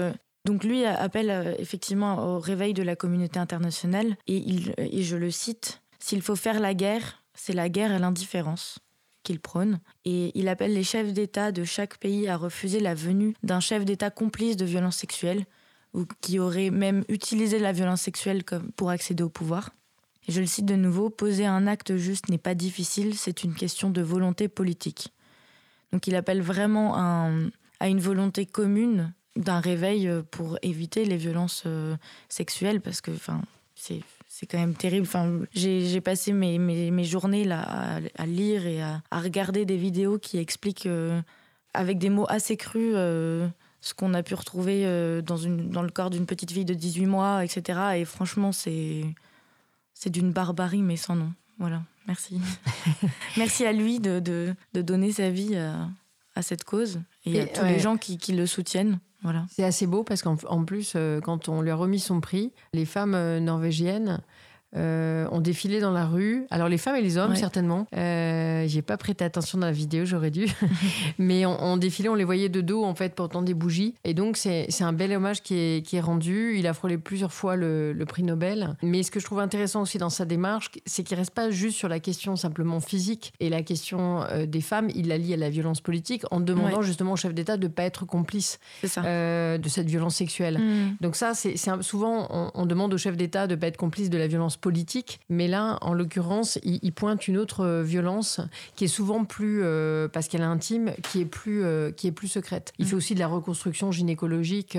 lui appelle effectivement au réveil de la communauté internationale, et je le cite, « S'il faut faire la guerre, c'est la guerre à l'indifférence » qu'il prône. Et il appelle les chefs d'État de chaque pays à refuser la venue d'un chef d'État complice de violences sexuelles, ou qui aurait même utilisé la violence sexuelle pour accéder au pouvoir. Et je le cite de nouveau, « Poser un acte juste n'est pas difficile, c'est une question de volonté politique ». Donc il appelle vraiment à une volonté commune d'un réveil pour éviter les violences sexuelles, parce que c'est quand même terrible. J'ai passé mes journées là à lire et à regarder des vidéos qui expliquent avec des mots assez crus ce qu'on a pu retrouver dans le corps d'une petite fille de 18 mois, etc. Et franchement, c'est d'une barbarie, mais sans nom. Voilà, merci. Merci à lui de donner sa vie à cette cause, et à tous les gens qui le soutiennent. Voilà. C'est assez beau, parce qu'en plus, quand on lui a remis son prix, les femmes norvégiennes ont défilé dans la rue. Alors les femmes et les hommes, certainement. J'ai pas prêté attention dans la vidéo, j'aurais dû. Mais on défilait, on les voyait de dos, en fait, portant des bougies. Et donc c'est un bel hommage qui est rendu. Il a frôlé plusieurs fois le prix Nobel. Mais ce que je trouve intéressant aussi dans sa démarche, c'est qu'il reste pas juste sur la question simplement physique et la question des femmes. Il la lie à la violence politique, en demandant justement au chef d'État de pas être complice de cette violence sexuelle. Donc ça, c'est souvent on demande au chef d'État de pas être complice de la violence politique, mais là, en l'occurrence, il pointe une autre violence qui est souvent plus, parce qu'elle est intime, qui est plus secrète. Il fait aussi de la reconstruction gynécologique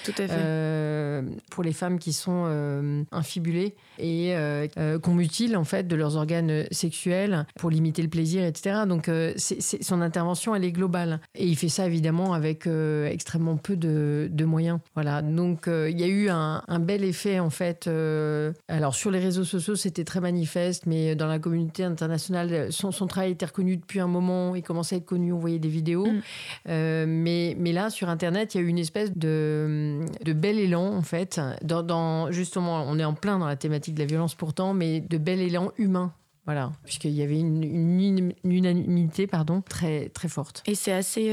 pour les femmes qui sont infibulées et qu'on mutile en fait de leurs organes sexuels pour limiter le plaisir, etc. Donc son intervention, elle est globale. Et il fait ça évidemment avec extrêmement peu de moyens. Voilà. Donc il y a eu un bel effet en fait. Alors sur les réseaux sociaux, c'était très manifeste, mais dans la communauté internationale, son travail était reconnu depuis un moment. Il commençait à être connu, on voyait des vidéos. Mais là, sur Internet, il y a eu une espèce de bel élan, en fait. Justement, on est en plein dans la thématique de la violence pourtant, mais de bel élan humain. Voilà, puisqu'il y avait une unanimité très, très forte. Et c'est assez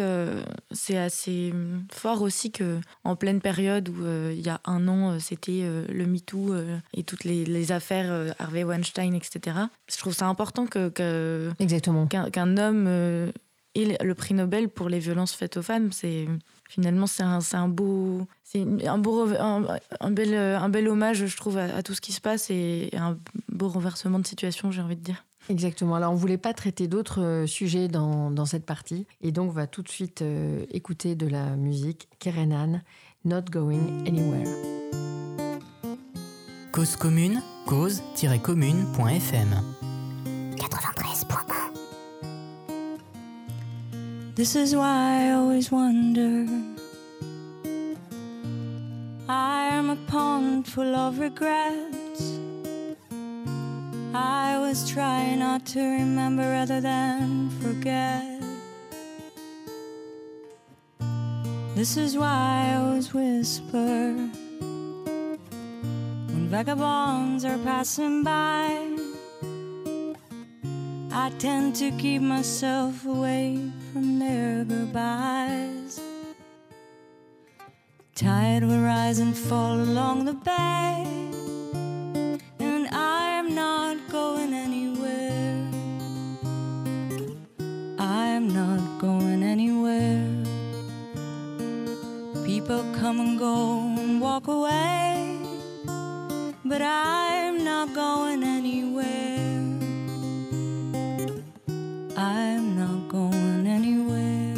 fort aussi qu'en pleine période où il y a un an, c'était le MeToo et toutes les affaires Harvey Weinstein, etc. Je trouve ça important qu'un homme ait le prix Nobel pour les violences faites aux femmes. Finalement, c'est un bel hommage, je trouve, à tout ce qui se passe, et un beau renversement de situation, j'ai envie de dire. Exactement. Alors, on ne voulait pas traiter d'autres sujets dans cette partie. Et donc, on va tout de suite écouter de la musique. Kerenan, Not Going Anywhere. Cause commune, cause-commune.fm 93.1. This is why I always wonder. I am a pond full of regrets. I was trying not to remember rather than forget. This is why I always whisper when vagabonds are passing by. I tend to keep myself away from their goodbyes. Tide will rise and fall along the bay, and I'm not going anywhere. I'm not going anywhere. People come and go and walk away, but I'm not going anywhere. I'm not going anywhere.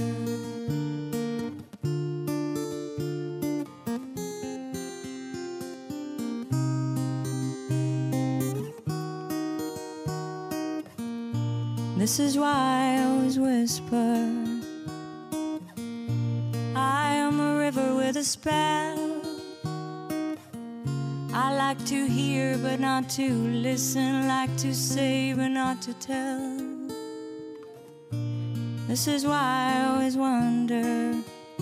This is why I always whisper I am a river with a spell. I like to hear but not to listen, like to say but not to tell. This is why I always wonder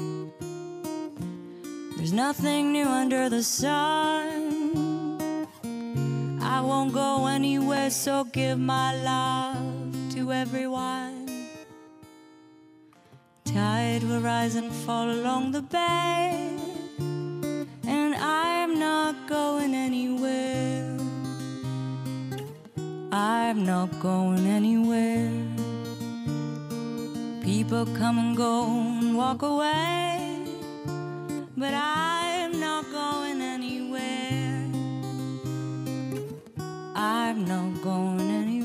there's nothing new under the sun. I won't go anywhere, so give my love to everyone. Tide will rise and fall along the bay, and I'm not going anywhere. I'm not going anywhere. People come and go and walk away, but I'm not going anywhere. I'm not going anywhere.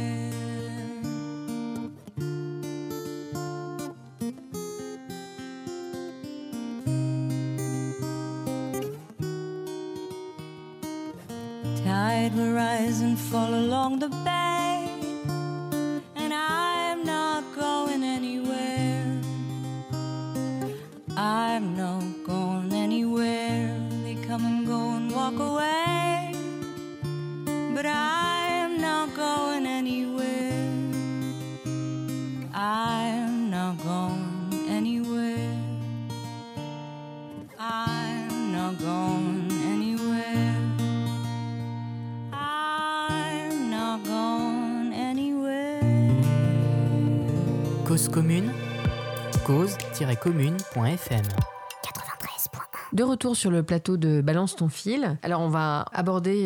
Tide will rise and fall along the bay, and I'm not going anywhere. I'm not going anywhere. They come and go and walk away, but I'm not going anywhere. I'm not going anywhere. I'm not going anywhere. I'm not going anywhere. Cause commune, cause-commune.fm. De retour sur le plateau de Balance ton fil. Alors on va aborder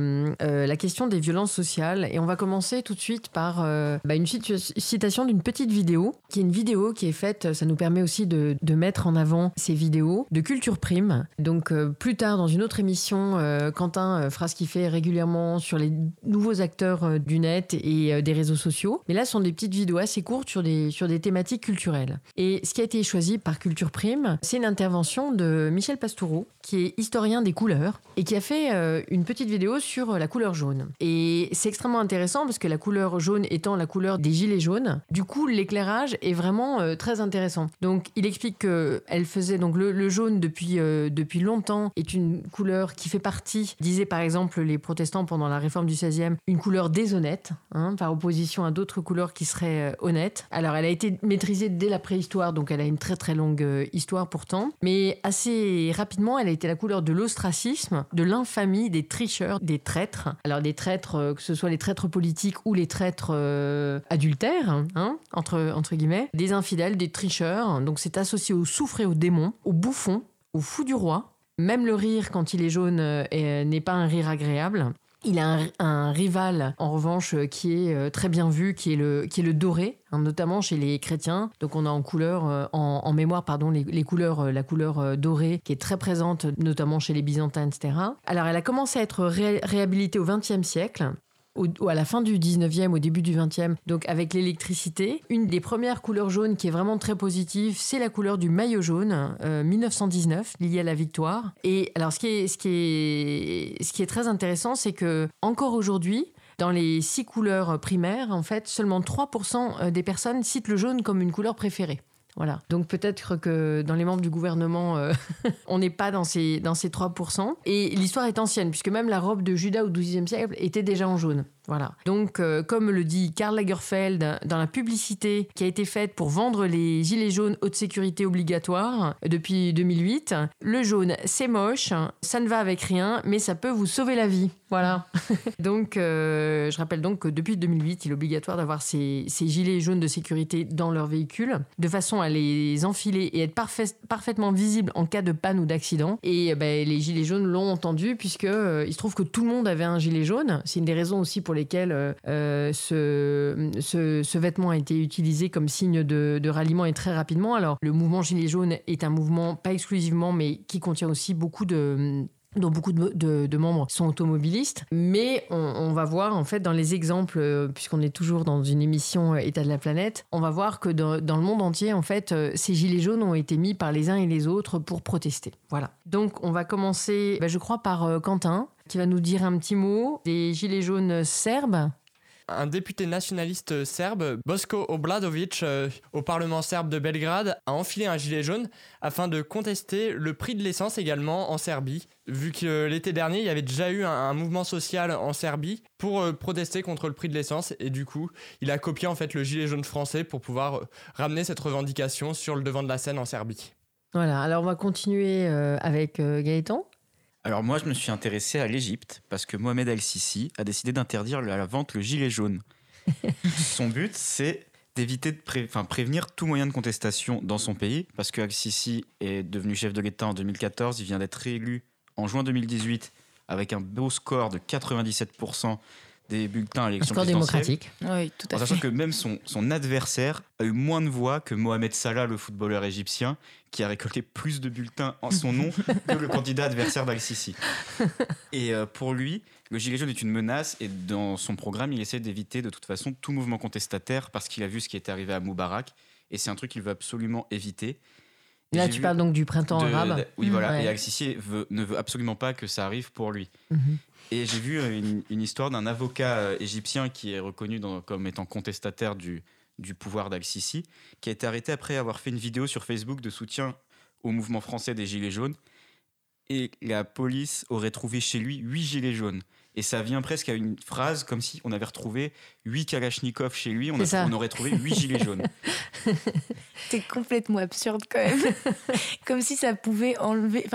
la question des violences sociales et on va commencer tout de suite par une citation d'une petite vidéo qui est une vidéo qui est faite, ça nous permet aussi de mettre en avant ces vidéos de Culture Prime. Donc plus tard dans une autre émission, Quentin fera ce qu'il fait régulièrement sur les nouveaux acteurs du net et des réseaux sociaux. Mais là ce sont des petites vidéos assez courtes sur des thématiques culturelles. Et ce qui a été choisi par Culture Prime, c'est une intervention de Michel Pastoureau, qui est historien des couleurs et qui a fait une petite vidéo sur la couleur jaune. Et c'est extrêmement intéressant parce que la couleur jaune étant la couleur des gilets jaunes, du coup l'éclairage est vraiment très intéressant. Donc il explique qu'elle faisait donc le jaune depuis longtemps est une couleur qui fait partie, disaient par exemple les protestants pendant la réforme du XVIe, une couleur déshonnête, par opposition à d'autres couleurs qui seraient honnêtes. Alors elle a été maîtrisée dès la préhistoire, donc elle a une très très longue histoire pourtant, mais assez rapidement elle a été la couleur de l'ostracisme, de l'infamie, des tricheurs, des traîtres. Alors des traîtres, que ce soit les traîtres politiques ou les traîtres adultères, entre guillemets, des infidèles, des tricheurs. Donc c'est associé au soufre et au démon, au bouffon, au fou du roi. Même le rire, quand il est jaune, n'est pas un rire agréable. Il a un rival, en revanche, qui est très bien vu, qui est le doré, notamment chez les chrétiens. Donc on a en couleur, en mémoire, les couleurs, la couleur dorée, qui est très présente, notamment chez les byzantins, etc. Alors elle a commencé à être réhabilitée au XXe siècle. À la fin du 19e, au début du 20e, donc avec l'électricité. Une des premières couleurs jaunes qui est vraiment très positive, c'est la couleur du maillot jaune, 1919, liée à la victoire. Et alors, ce qui est très intéressant, c'est que encore aujourd'hui, dans les 6 couleurs primaires, en fait, seulement 3% des personnes citent le jaune comme une couleur préférée. Voilà. Donc peut-être que dans les membres du gouvernement, on n'est pas dans ces 3%. Et l'histoire est ancienne, puisque même la robe de Judas au XIIe siècle était déjà en jaune. Voilà. Donc, comme le dit Karl Lagerfeld dans la publicité qui a été faite pour vendre les gilets jaunes haute sécurité obligatoires depuis 2008, le jaune, c'est moche, ça ne va avec rien, mais ça peut vous sauver la vie. Voilà. Donc, je rappelle donc que depuis 2008, il est obligatoire d'avoir ces gilets jaunes de sécurité dans leur véhicule, de façon à les enfiler et être parfaitement visibles en cas de panne ou d'accident. Et les gilets jaunes l'ont entendu, puisque il se trouve que tout le monde avait un gilet jaune. C'est une des raisons aussi pour lesquelles ce vêtement a été utilisé comme signe de ralliement et très rapidement. Alors, le mouvement gilet jaune est un mouvement, pas exclusivement, mais qui contient aussi dont beaucoup de membres sont automobilistes. Mais on va voir, en fait, dans les exemples, puisqu'on est toujours dans une émission État de la planète, on va voir que dans le monde entier, en fait, ces gilets jaunes ont été mis par les uns et les autres pour protester. Voilà. Donc, on va commencer, je crois, par Quentin, qui va nous dire un petit mot des gilets jaunes serbes. Un député nationaliste serbe, Boško Obradović, au Parlement serbe de Belgrade, a enfilé un gilet jaune afin de contester le prix de l'essence également en Serbie, vu que l'été dernier, il y avait déjà eu un mouvement social en Serbie pour protester contre le prix de l'essence, et du coup, il a copié en fait le gilet jaune français pour pouvoir ramener cette revendication sur le devant de la scène en Serbie. Voilà, alors on va continuer avec Gaëtan. Alors moi, je me suis intéressé à l'Égypte parce que Mohamed El-Sisi a décidé d'interdire à la vente le gilet jaune. Son but, c'est d'éviter de prévenir tout moyen de contestation dans son pays, parce que El-Sisi est devenu chef de l'État en 2014, il vient d'être réélu en juin 2018 avec un beau score de 97% des bulletins à l'élection présidentielle. Démocratique. Oui, tout à fait. Sachant que même son adversaire a eu moins de voix que Mohamed Salah, le footballeur égyptien, qui a récolté plus de bulletins en son nom que le candidat adversaire d'Al-Sisi. Et pour lui, le gilet jaune est une menace, et dans son programme, il essaie d'éviter de toute façon tout mouvement contestataire, parce qu'il a vu ce qui était arrivé à Moubarak, et c'est un truc qu'il veut absolument éviter. Et là, tu parles donc du printemps arabe. Oui, voilà. Ouais. Et Al-Sisi ne veut absolument pas que ça arrive pour lui. Et j'ai vu une histoire d'un avocat égyptien qui est reconnu comme étant contestataire du pouvoir d'Al-Sisi, qui a été arrêté après avoir fait une vidéo sur Facebook de soutien au mouvement français des Gilets jaunes. Et la police aurait trouvé chez lui 8 gilets jaunes. Et ça vient presque à une phrase comme si on avait retrouvé 8 Kalachnikov chez lui, on aurait trouvé 8 gilets jaunes. C'est complètement absurde quand même. Comme si ça pouvait enlever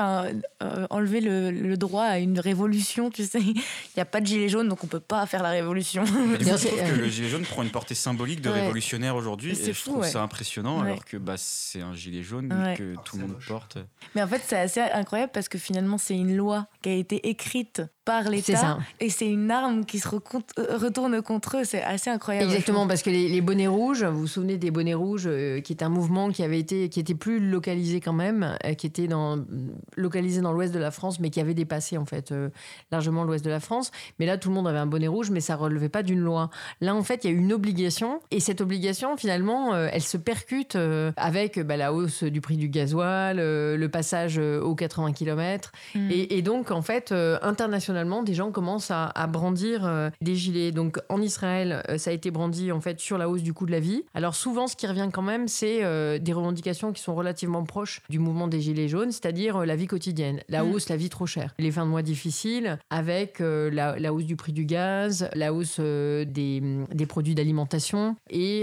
le droit à une révolution, tu sais. Il n'y a pas de gilet jaune, donc on ne peut pas faire la révolution. Mais du coup, je trouve que le gilet jaune prend une portée symbolique de révolutionnaire aujourd'hui, et je trouve ça impressionnant, alors que c'est un gilet jaune que tout le monde porte. Mais en fait, c'est assez incroyable parce que finalement, c'est une loi qui a été écrite par l'État, et c'est une arme qui se retourne contre eux. C'est assez incroyable. Exactement, parce que les bonnets rouges, vous vous souvenez des bonnets rouges, qui est un mouvement qui était plus localisé quand même, qui était localisé dans l'ouest de la France, mais qui avait dépassé en fait largement l'ouest de la France. Mais là, tout le monde avait un bonnet rouge, mais ça relevait pas d'une loi. Là, en fait, il y a une obligation, et cette obligation, finalement, elle se percute avec la hausse du prix du gasoil, le passage aux 80 km, et donc en fait, internationalement, des gens commencent à brandir des gilets. Donc en Israël, ça a été brandi en fait sur la hausse du coût de la vie. Alors souvent, ce qui revient quand même, c'est des revendications qui sont relativement proches du mouvement des gilets jaunes, c'est-à-dire la vie quotidienne, la hausse, la vie trop chère, les fins de mois difficiles, avec la hausse du prix du gaz, la hausse des produits d'alimentation et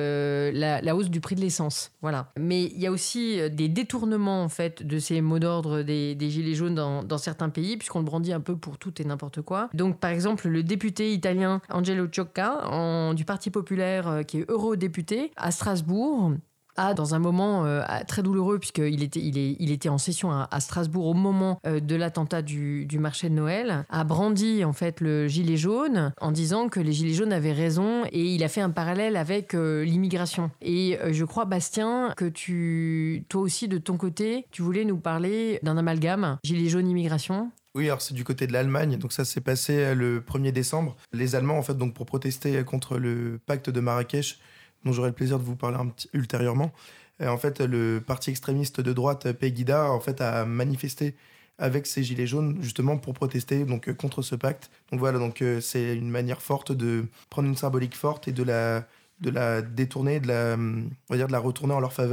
la hausse du prix de l'essence. Voilà. Mais il y a aussi des détournements en fait de ces mots d'ordre des gilets jaunes dans certains pays, puisqu'on le brandit un peu pour tout et n'importe quoi. Donc par exemple, le député italien Angelo Ciocca du Parti populaire, qui est eurodéputé à Strasbourg, a, dans un moment très douloureux, puisqu'il était en session à Strasbourg au moment de l'attentat du marché de Noël, a brandi en fait le gilet jaune en disant que les gilets jaunes avaient raison, et il a fait un parallèle avec l'immigration. Et je crois, Bastien, que toi aussi de ton côté, tu voulais nous parler d'un amalgame gilet jaune immigration. Oui, alors c'est du côté de l'Allemagne, donc ça s'est passé le 1er décembre. Les Allemands, en fait, donc pour protester contre le pacte de Marrakech, dont j'aurai le plaisir de vous parler ultérieurement. En fait, le parti extrémiste de droite Pegida en fait a manifesté avec ses gilets jaunes justement pour protester donc contre ce pacte. Donc voilà, donc c'est une manière forte de prendre une symbolique forte et de la détourner, on va dire de la retourner en leur faveur.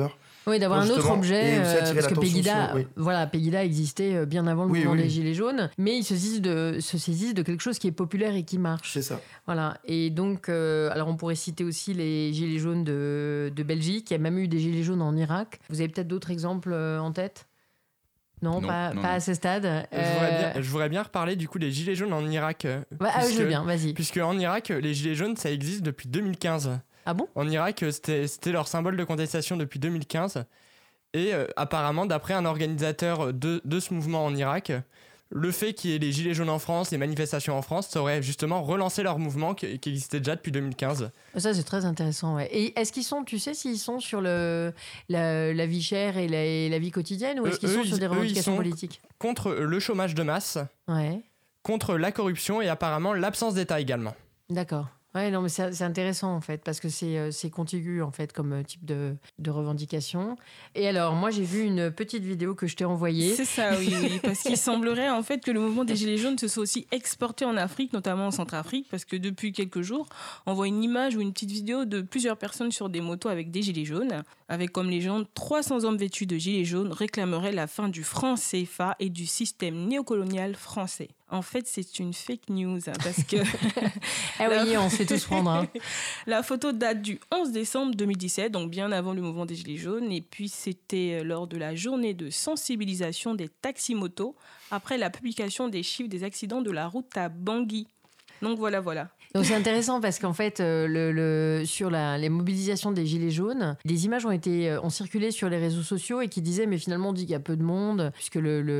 Oui, d'avoir un autre objet, parce que Pegida, Pegida existait bien avant le mouvement des Gilets jaunes, mais ils se saisissent de quelque chose qui est populaire et qui marche. C'est ça. Voilà. Et donc, alors on pourrait citer aussi les Gilets jaunes de Belgique. Il y a même eu des Gilets jaunes en Irak. Vous avez peut-être d'autres exemples en tête ? Non, pas à ce stade. Je voudrais bien reparler du coup des Gilets jaunes en Irak. Je veux bien, vas-y. Puisque en Irak, les Gilets jaunes, ça existe depuis 2015. Ah bon ? En Irak, c'était leur symbole de contestation depuis 2015. Et apparemment, d'après un organisateur de ce mouvement en Irak, le fait qu'il y ait les Gilets jaunes en France, les manifestations en France, ça aurait justement relancé leur mouvement qui existait déjà depuis 2015. Ça, c'est très intéressant. Ouais. Et est-ce qu'ils sont, tu sais, s'ils sont sur la vie chère et la vie quotidienne, ou est-ce qu'ils sont sur des revendications politiques ? Contre le chômage de masse, contre la corruption et apparemment l'absence d'État également. D'accord. Ouais, non, mais c'est intéressant en fait, parce que c'est contigu en fait comme type de revendication. Et alors, moi j'ai vu une petite vidéo que je t'ai envoyée. C'est ça, oui, parce qu'il semblerait en fait que le mouvement des Gilets jaunes se soit aussi exporté en Afrique, notamment en Centrafrique, parce que depuis quelques jours, on voit une image ou une petite vidéo de plusieurs personnes sur des motos avec des gilets jaunes, avec comme légende 300 hommes vêtus de gilets jaunes réclameraient la fin du franc CFA et du système néocolonial français. En fait, c'est une fake news, parce que... oui, on se fait tous prendre. Hein. La photo date du 11 décembre 2017, donc bien avant le mouvement des Gilets jaunes. Et puis, c'était lors de la journée de sensibilisation des taxis-motos, après la publication des chiffres des accidents de la route à Bangui. Donc voilà. Donc c'est intéressant parce qu'en fait, sur les mobilisations des Gilets jaunes, des images ont circulé sur les réseaux sociaux et qui disaient, mais finalement on dit qu'il y a peu de monde, puisque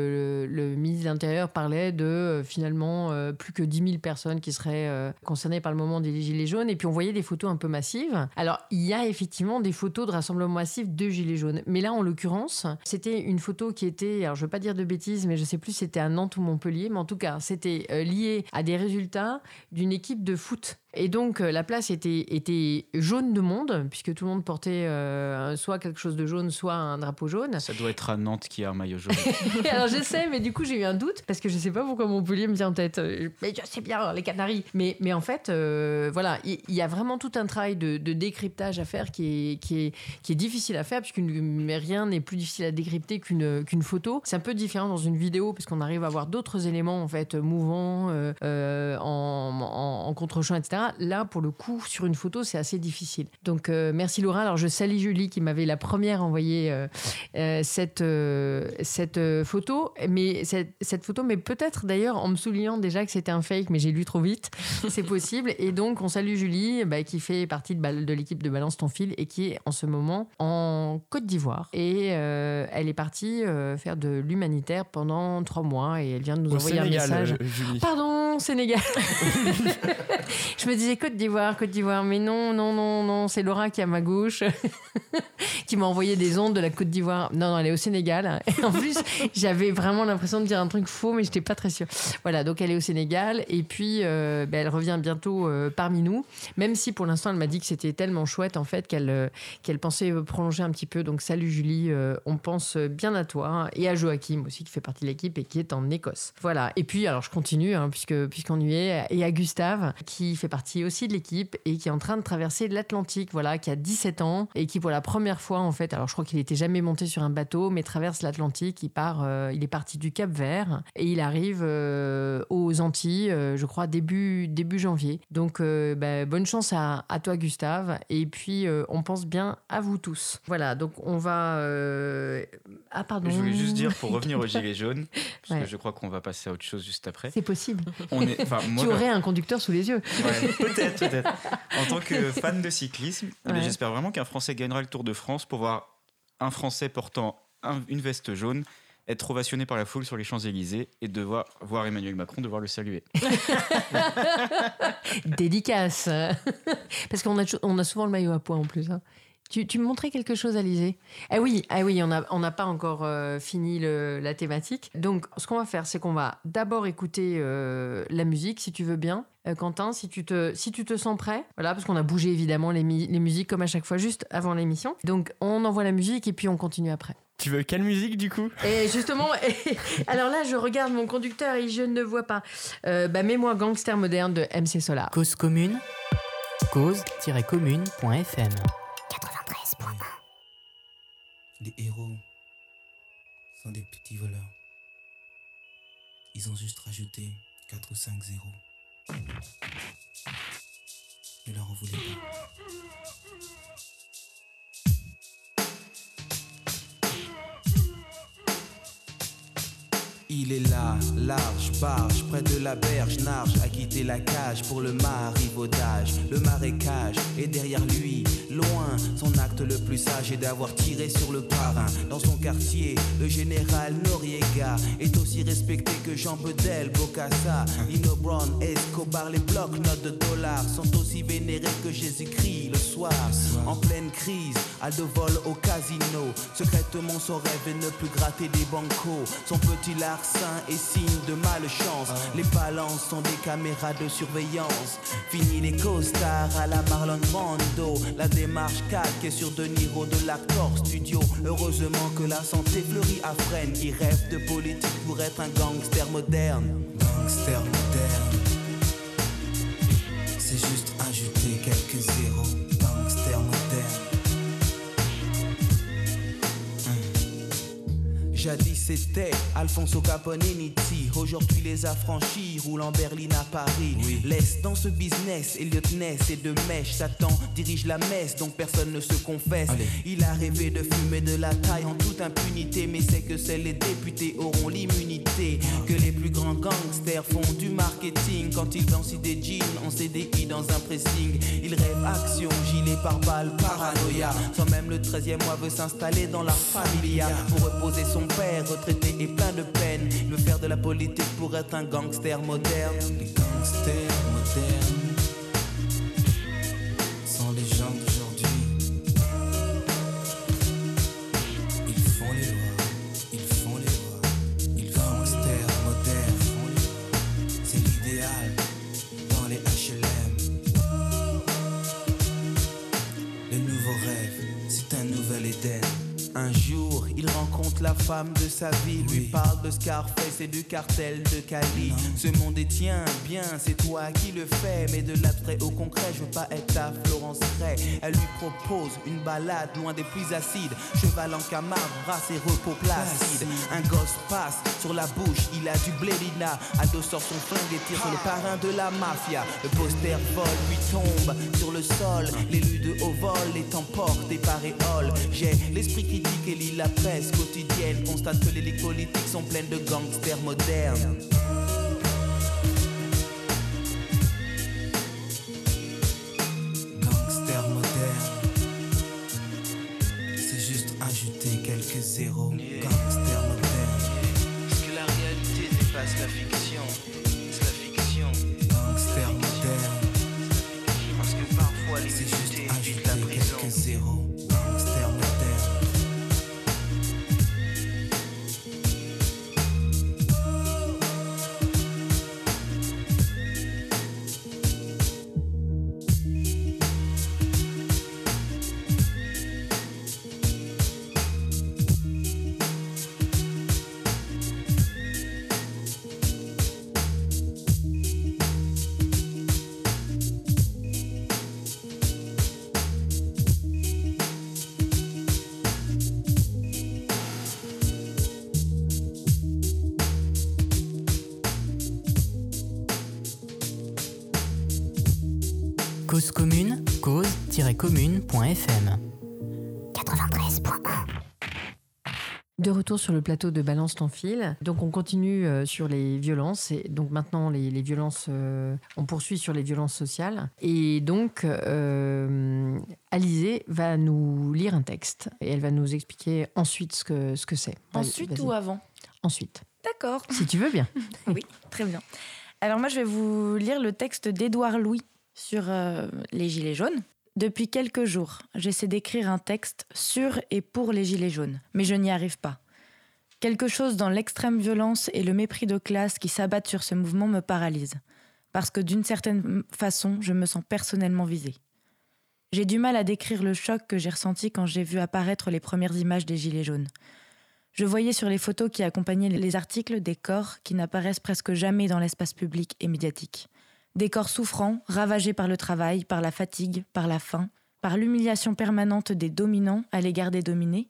le ministre de l'Intérieur parlait de finalement plus que 10 000 personnes qui seraient concernées par le mouvement des Gilets jaunes. Et puis on voyait des photos un peu massives. Alors il y a effectivement des photos de rassemblements massifs de Gilets jaunes. Mais là, en l'occurrence, c'était une photo qui était, alors je ne veux pas dire de bêtises, mais je ne sais plus si c'était à Nantes ou Montpellier, mais en tout cas, c'était lié à des résultats d'une équipe de foot. Et donc, la place était jaune de monde, puisque tout le monde portait soit quelque chose de jaune, soit un drapeau jaune. Ça doit être à Nantes qui a un maillot jaune. Alors, je sais, mais du coup, j'ai eu un doute, parce que je ne sais pas pourquoi Montpellier me vient en tête. Mais je sais bien, les Canaries. Mais en fait, voilà, il y a vraiment tout un travail de décryptage à faire qui est difficile à faire, puisque rien n'est plus difficile à décrypter qu'une photo. C'est un peu différent dans une vidéo, parce qu'on arrive à avoir d'autres éléments, en fait, mouvants, en contre-champ, etc. Là, pour le coup, sur une photo, c'est assez difficile. Donc, merci Laura. Alors, je salue Julie qui m'avait la première envoyé cette photo. Mais cette photo, mais peut-être d'ailleurs en me soulignant déjà que c'était un fake, mais j'ai lu trop vite. C'est possible. Et donc, on salue Julie qui fait partie de l'équipe de Balance ton fil et qui est en ce moment en Côte d'Ivoire. Et elle est partie faire de l'humanitaire pendant 3 mois et elle vient de nous envoyer Sénégal, un message. Julie. Pardon, Sénégal. Je me disais Côte d'Ivoire, mais non, c'est Laura qui est à ma gauche, qui m'a envoyé des ondes de la Côte d'Ivoire. Non, elle est au Sénégal. Et en plus, j'avais vraiment l'impression de dire un truc faux, mais j'étais pas très sûre. Voilà, donc elle est au Sénégal, et puis elle revient bientôt parmi nous, même si pour l'instant, elle m'a dit que c'était tellement chouette, en fait, qu'elle pensait prolonger un petit peu. Donc salut Julie, on pense bien à toi, et à Joachim aussi, qui fait partie de l'équipe et qui est en Écosse. Voilà, et puis, alors je continue, puisqu'on y est, et à Gustave, qui fait partie aussi de l'équipe et qui est en train de traverser l'Atlantique, voilà, qui a 17 ans et qui pour la première fois en fait, alors je crois qu'il n'était jamais monté sur un bateau, mais traverse l'Atlantique, il est parti du Cap-Vert et il arrive aux Antilles, je crois début janvier. Donc bonne chance à toi Gustave, et puis on pense bien à vous tous. Voilà, donc on va... Ah pardon. Je voulais juste dire, pour revenir aux Gilets jaunes, parce que je crois qu'on va passer à autre chose juste après. C'est possible. Moi, tu aurais un conducteur sous les yeux. Ouais, peut-être. En tant que fan de cyclisme, j'espère vraiment qu'un Français gagnera le Tour de France pour voir un Français portant une veste jaune être ovationné par la foule sur les Champs-Élysées et de voir Emmanuel Macron devoir le saluer. Dédicace. Parce qu'on a souvent le maillot à pois en plus. Hein. Tu me montrais quelque chose, Alizé ? Ah oui, on n'a pas encore fini la thématique. Donc, ce qu'on va faire, c'est qu'on va d'abord écouter la musique, si tu veux bien. Quentin, si tu te sens prêt, voilà, parce qu'on a bougé évidemment les musiques comme à chaque fois juste avant l'émission. Donc, on envoie la musique et puis on continue après. Tu veux quelle musique du coup ? Et justement, alors là, je regarde mon conducteur et je ne vois pas. Mets-moi Gangster Moderne de MC Solar. Cause commune, cause-commune.fm. Les héros sont des petits voleurs. Ils ont juste rajouté 4 ou 5 zéros. Ne leur en voulez pas. Il est là, large, barge, près de la berge, narge, a quitté la cage pour le marivaudage. Le marécage est derrière lui, loin, son acte le plus sage est d'avoir tiré sur le parrain. Dans son quartier, le général Noriega est aussi respecté que Jean Bedel, Bokassa, Nino Brown, Escobar. Les blocs-notes de dollars sont aussi vénérés que Jésus-Christ le soir. En pleine crise, Aldo vole au casino. Secrètement son rêve est ne plus gratter des bancos. Son petit larcin est signe de malchance. Les balances sont des caméras de surveillance. Fini les costards à la Marlon Brando. La démarche calque est sur De Niro de l'Actor Studio. Heureusement que la santé fleurit à Fresnes. Qui rêve de politique pour être un gangster moderne. Gangster moderne, c'est juste ajouter quelques zéros. Gangster moderne. Jadis c'était Alfonso Capone et Nitti. Aujourd'hui les affranchis roulent en Berlin à Paris. Oui. Laisse dans ce business Elliot Ness et de mèche. Satan dirige la messe donc personne ne se confesse. Allez. Il a rêvé de fumer de la taille en toute impunité. Mais c'est que seuls les députés auront l'immunité. Que les plus grands gangsters font du marketing. Quand ils dansent des jeans en CDI dans un pressing. Ils rêvent action, gilet pare-balles, paranoïa. Sans même le 13e mois veut s'installer dans la familia. Pour reposer son père retraité et plein de peine. Il veut faire de la politique pour être un gangster moderne. Les gangsters modernes sont les gens d'aujourd'hui. Ils font les lois, ils font les lois. Ils gangsters modernes, c'est l'idéal dans les HLM. Le nouveau rêve, c'est un nouvel Éden. Un jour, il rencontre la femme de sa vie. Lui parle de Scarface et du cartel de Cali. Ce monde est tien, bien, c'est toi qui le fais. Mais de l'abstrait au concret, je veux pas être ta Florence Ray. Elle lui propose une balade loin des pluies acides. Cheval en Camargue, race et repos placide. Un gosse passe sur la bouche, il a du blélina. Aldo sort son flingue et tire sur le parrain de la mafia. Le poster vol lui tombe sur le sol. L'élu de haut vol est emporté par Éole. J'ai l'esprit critique et lit la presse quotidienne. Constate que les ligues politiques sont pleines de gangsters modernes. Gangsters modernes, c'est juste ajouter quelques zéros. Gangsters modernes, est-ce que la réalité dépasse la fiction? C'est la fiction. Gangsters modernes, parce que parfois les c'est juste ajouter la prison. Quelques zéros. Gangsters modernes. Cause commune, cause-commune.fm 93.1. De retour sur le plateau de Balance ton fil. Donc on continue sur les violences. Et donc maintenant les violences, on poursuit sur les violences sociales. Et donc Alizée va nous lire un texte et elle va nous expliquer ensuite ce que c'est. Ensuite Vas-y. ou avant? Ensuite. D'accord. Si tu veux bien. Oui, très bien. Alors moi je vais vous lire le texte d'Édouard Louis sur les gilets jaunes. Depuis quelques jours, j'essaie d'écrire un texte sur et pour les gilets jaunes, mais je n'y arrive pas. Quelque chose dans l'extrême violence et le mépris de classe qui s'abattent sur ce mouvement me paralyse, parce que d'une certaine façon, je me sens personnellement visée. J'ai du mal à décrire le choc que j'ai ressenti quand j'ai vu apparaître les premières images des gilets jaunes. Je voyais sur les photos qui accompagnaient les articles des corps qui n'apparaissent presque jamais dans l'espace public et médiatique. Des corps souffrants, ravagés par le travail, par la fatigue, par la faim, par l'humiliation permanente des dominants à l'égard des dominés,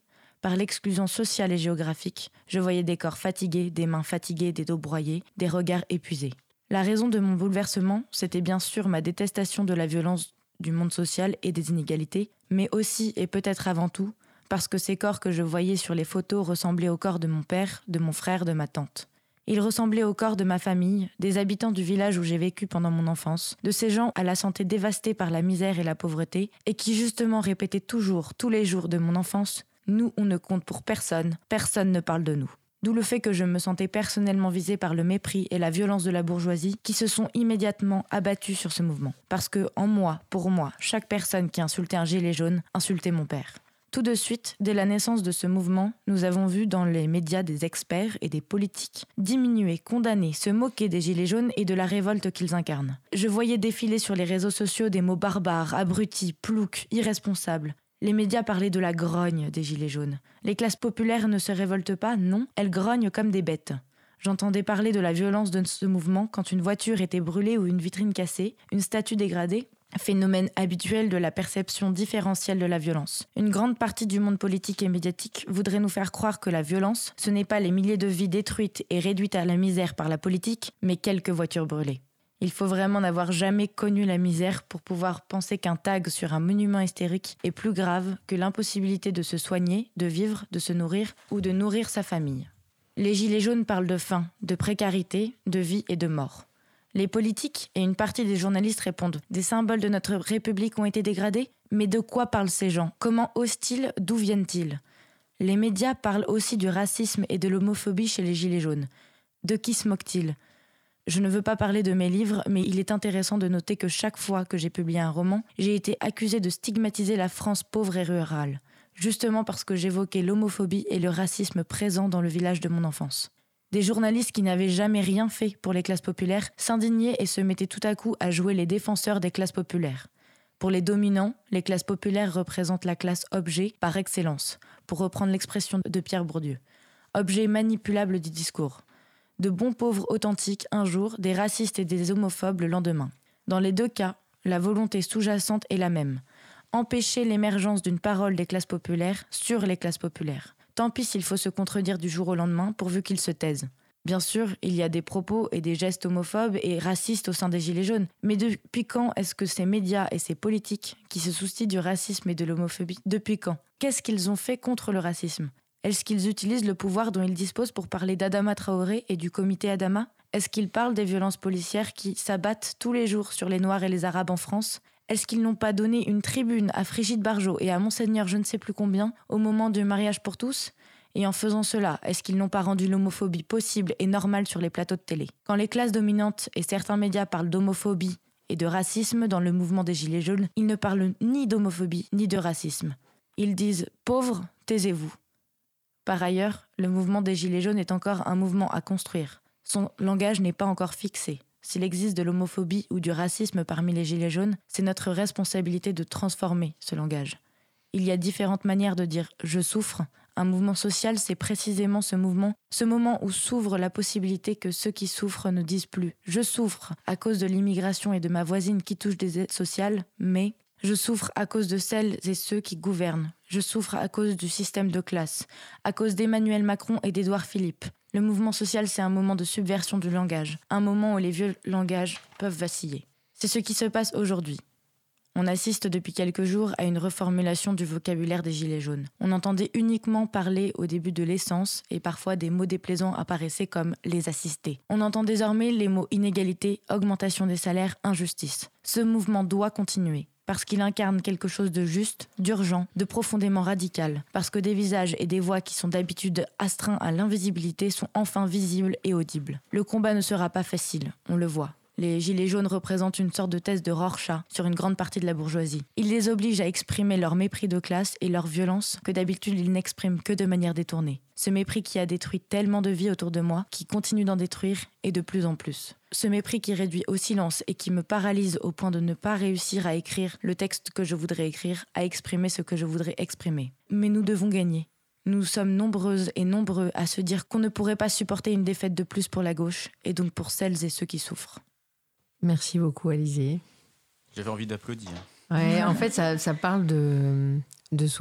par l'exclusion sociale et géographique. Je voyais des corps fatigués, des mains fatiguées, des dos broyés, des regards épuisés. La raison de mon bouleversement, c'était bien sûr ma détestation de la violence du monde social et des inégalités, mais aussi et peut-être avant tout, parce que ces corps que je voyais sur les photos ressemblaient au corps de mon père, de mon frère, de ma tante. Ils ressemblaient au corps de ma famille, des habitants du village où j'ai vécu pendant mon enfance, de ces gens à la santé dévastée par la misère et la pauvreté, et qui justement répétaient toujours, tous les jours de mon enfance, « Nous, on ne compte pour personne, personne ne parle de nous ». D'où le fait que je me sentais personnellement visée par le mépris et la violence de la bourgeoisie qui se sont immédiatement abattus sur ce mouvement. Parce que, en moi, pour moi, chaque personne qui insultait un gilet jaune insultait mon père. Tout de suite, dès la naissance de ce mouvement, nous avons vu dans les médias des experts et des politiques diminuer, condamner, se moquer des gilets jaunes et de la révolte qu'ils incarnent. Je voyais défiler sur les réseaux sociaux des mots barbares, abrutis, ploucs, irresponsables. Les médias parlaient de la grogne des gilets jaunes. Les classes populaires ne se révoltent pas, non, elles grognent comme des bêtes. J'entendais parler de la violence de ce mouvement quand une voiture était brûlée ou une vitrine cassée, une statue dégradée, phénomène habituel de la perception différentielle de la violence. Une grande partie du monde politique et médiatique voudrait nous faire croire que la violence, ce n'est pas les milliers de vies détruites et réduites à la misère par la politique, mais quelques voitures brûlées. Il faut vraiment n'avoir jamais connu la misère pour pouvoir penser qu'un tag sur un monument historique est plus grave que l'impossibilité de se soigner, de vivre, de se nourrir ou de nourrir sa famille. Les gilets jaunes parlent de faim, de précarité, de vie et de mort. Les politiques et une partie des journalistes répondent « Des symboles de notre République ont été dégradés ?» Mais de quoi parlent ces gens ? Comment osent-ils ? D'où viennent-ils ? Les médias parlent aussi du racisme et de l'homophobie chez les gilets jaunes. De qui se moquent-ils ? Je ne veux pas parler de mes livres, mais il est intéressant de noter que chaque fois que j'ai publié un roman, j'ai été accusée de stigmatiser la France pauvre et rurale, justement parce que j'évoquais l'homophobie et le racisme présents dans le village de mon enfance. Des journalistes qui n'avaient jamais rien fait pour les classes populaires s'indignaient et se mettaient tout à coup à jouer les défenseurs des classes populaires. Pour les dominants, les classes populaires représentent la classe objet par excellence, pour reprendre l'expression de Pierre Bourdieu. Objet manipulable du discours. De bons pauvres authentiques un jour, des racistes et des homophobes le lendemain. Dans les deux cas, la volonté sous-jacente est la même. Empêcher l'émergence d'une parole des classes populaires sur les classes populaires. Tant pis s'il faut se contredire du jour au lendemain pourvu qu'ils se taisent. Bien sûr, il y a des propos et des gestes homophobes et racistes au sein des Gilets jaunes. Mais depuis quand est-ce que ces médias et ces politiques qui se soucient du racisme et de l'homophobie, depuis quand ? Qu'est-ce qu'ils ont fait contre le racisme ? Est-ce qu'ils utilisent le pouvoir dont ils disposent pour parler d'Adama Traoré et du comité Adama ? Est-ce qu'ils parlent des violences policières qui s'abattent tous les jours sur les Noirs et les Arabes en France ? Est-ce qu'ils n'ont pas donné une tribune à Frigide Barjot et à Monseigneur je ne sais plus combien au moment du mariage pour tous ? Et en faisant cela, est-ce qu'ils n'ont pas rendu l'homophobie possible et normale sur les plateaux de télé ? Quand les classes dominantes et certains médias parlent d'homophobie et de racisme dans le mouvement des Gilets jaunes, ils ne parlent ni d'homophobie ni de racisme. Ils disent « pauvres, taisez-vous ». Par ailleurs, le mouvement des Gilets jaunes est encore un mouvement à construire. Son langage n'est pas encore fixé. S'il existe de l'homophobie ou du racisme parmi les Gilets jaunes, c'est notre responsabilité de transformer ce langage. Il y a différentes manières de dire « je souffre ». Un mouvement social, c'est précisément ce moment où s'ouvre la possibilité que ceux qui souffrent ne disent plus « je souffre à cause de l'immigration et de ma voisine qui touche des aides sociales, mais je souffre à cause de celles et ceux qui gouvernent. Je souffre à cause du système de classe, à cause d'Emmanuel Macron et d'Édouard Philippe. » Le mouvement social, c'est un moment de subversion du langage, un moment où les vieux langages peuvent vaciller. C'est ce qui se passe aujourd'hui. On assiste depuis quelques jours à une reformulation du vocabulaire des Gilets jaunes. On entendait uniquement parler au début de l'essence et parfois des mots déplaisants apparaissaient comme les assistés. On entend désormais les mots inégalité, augmentation des salaires, injustice. Ce mouvement doit continuer. Parce qu'il incarne quelque chose de juste, d'urgent, de profondément radical. Parce que des visages et des voix qui sont d'habitude astreints à l'invisibilité sont enfin visibles et audibles. Le combat ne sera pas facile, on le voit. Les Gilets jaunes représentent une sorte de test de Rorschach sur une grande partie de la bourgeoisie. Ils les obligent à exprimer leur mépris de classe et leur violence que d'habitude ils n'expriment que de manière détournée. Ce mépris qui a détruit tellement de vies autour de moi, qui continue d'en détruire et de plus en plus. Ce mépris qui réduit au silence et qui me paralyse au point de ne pas réussir à écrire le texte que je voudrais écrire, à exprimer ce que je voudrais exprimer. Mais nous devons gagner. Nous sommes nombreuses et nombreux à se dire qu'on ne pourrait pas supporter une défaite de plus pour la gauche et donc pour celles et ceux qui souffrent. Merci beaucoup, Alizée. J'avais envie d'applaudir. Ouais, en fait, ça parle de soi.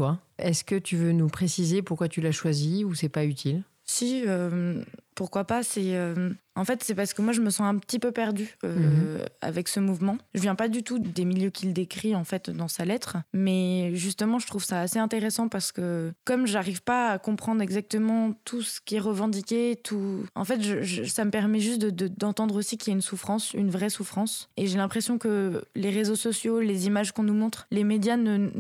Est-ce que tu veux nous préciser pourquoi tu l'as choisi ou c'est pas utile ? Si, pourquoi pas, en fait, c'est parce que moi, je me sens un petit peu perdue avec ce mouvement. Je viens pas du tout des milieux qu'il décrit, en fait, dans sa lettre. Mais justement, je trouve ça assez intéressant parce que, comme j'arrive pas à comprendre exactement tout ce qui est revendiqué, en fait, ça me permet juste d'entendre aussi qu'il y a une souffrance, une vraie souffrance. Et j'ai l'impression que les réseaux sociaux, les images qu'on nous montre, les médias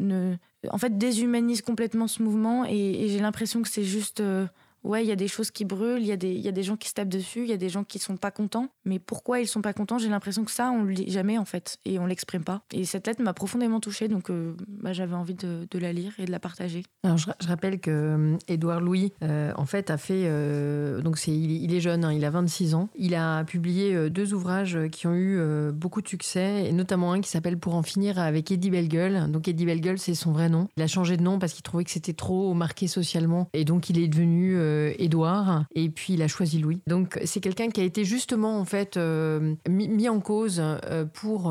en fait, déshumanisent complètement ce mouvement. Et j'ai l'impression que c'est juste... Ouais, il y a des choses qui brûlent, il y a des gens qui se tapent dessus, il y a des gens qui sont pas contents. Mais pourquoi ils sont pas contents ? J'ai l'impression que ça, on le dit jamais en fait, et on l'exprime pas. Et cette lettre m'a profondément touchée, donc j'avais envie de la lire et de la partager. Alors je rappelle que Édouard Louis, en fait, a fait... donc il est jeune, il a 26 ans. Il a publié 2 ouvrages qui ont eu beaucoup de succès, et notamment un qui s'appelle « Pour en finir avec Eddie Bellegueule ». Donc Eddie Bellegueule, c'est son vrai nom. Il a changé de nom parce qu'il trouvait que c'était trop marqué socialement, et donc il est devenu... Édouard, et puis il a choisi Louis. Donc c'est quelqu'un qui a été justement en fait mis en cause pour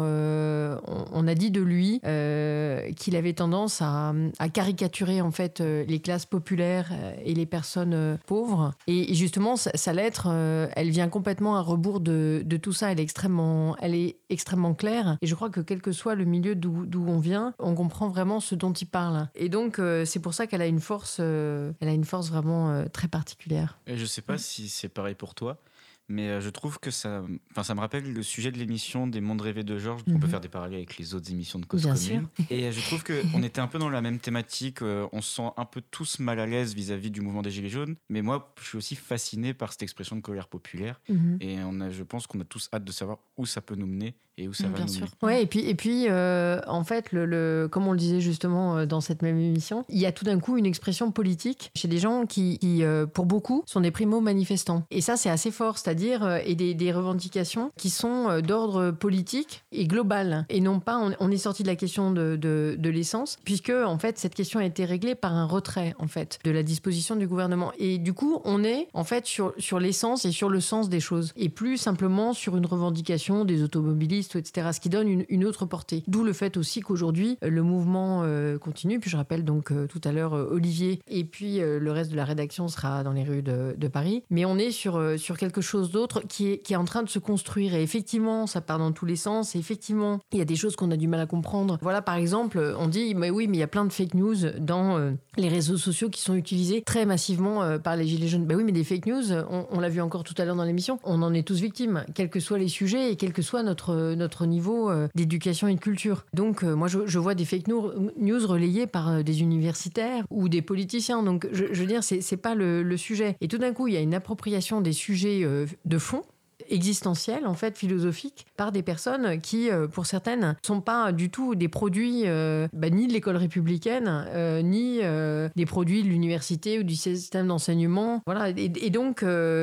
on a dit de lui qu'il avait tendance à caricaturer en fait les classes populaires et les personnes pauvres, et justement sa lettre elle vient complètement à rebours de tout ça. Elle est extrêmement claire, et je crois que quel que soit le milieu d'où on vient, on comprend vraiment ce dont il parle, et donc c'est pour ça qu'elle a une force vraiment très particulière. Et je sais pas si c'est pareil pour toi, mais je trouve que ça me rappelle le sujet de l'émission des Mondes rêvés de Georges. On peut faire des parallèles avec les autres émissions de Cause Commune. Et je trouve qu'on était un peu dans la même thématique. On se sent un peu tous mal à l'aise vis-à-vis du mouvement des Gilets jaunes. Mais moi, je suis aussi fasciné par cette expression de colère populaire. Et je pense qu'on a tous hâte de savoir où ça peut nous mener et où ça va nous mener. Ouais, et puis en fait, comme on le disait justement dans cette même émission, il y a tout d'un coup une expression politique chez des gens qui pour beaucoup, sont des primo-manifestants. Et ça, c'est assez fort, c'est-à-dire et des revendications qui sont d'ordre politique et global. Et non pas, on est sorti de la question de l'essence, puisque en fait, cette question a été réglée par un retrait en fait de la disposition du gouvernement. Et du coup, on est en fait sur l'essence et sur le sens des choses, et plus simplement sur une revendication des automobilistes, etc., ce qui donne une autre portée. D'où le fait aussi qu'aujourd'hui, le mouvement continue. Puis je rappelle donc tout à l'heure Olivier, et puis le reste de la rédaction sera dans les rues de Paris. Mais on est sur quelque chose d'autre qui est en train de se construire. Et effectivement, ça part dans tous les sens. Et effectivement, il y a des choses qu'on a du mal à comprendre. Voilà, par exemple, on dit, mais oui, mais il y a plein de fake news dans les réseaux sociaux qui sont utilisés très massivement par les Gilets jaunes. Ben oui, mais des fake news, on l'a vu encore tout à l'heure dans l'émission, on en est tous victimes, quels que soient les sujets et quel que soit notre niveau d'éducation et de culture. Donc, moi, je vois des fake news relayées par des universitaires ou des politiciens. Donc, je veux dire, c'est pas le sujet. Et tout d'un coup, il y a une appropriation des sujets de fond, existentiels, en fait, philosophiques, par des personnes qui, pour certaines, ne sont pas du tout des produits ni de l'école républicaine, ni des produits de l'université ou du système d'enseignement. Voilà. Et donc,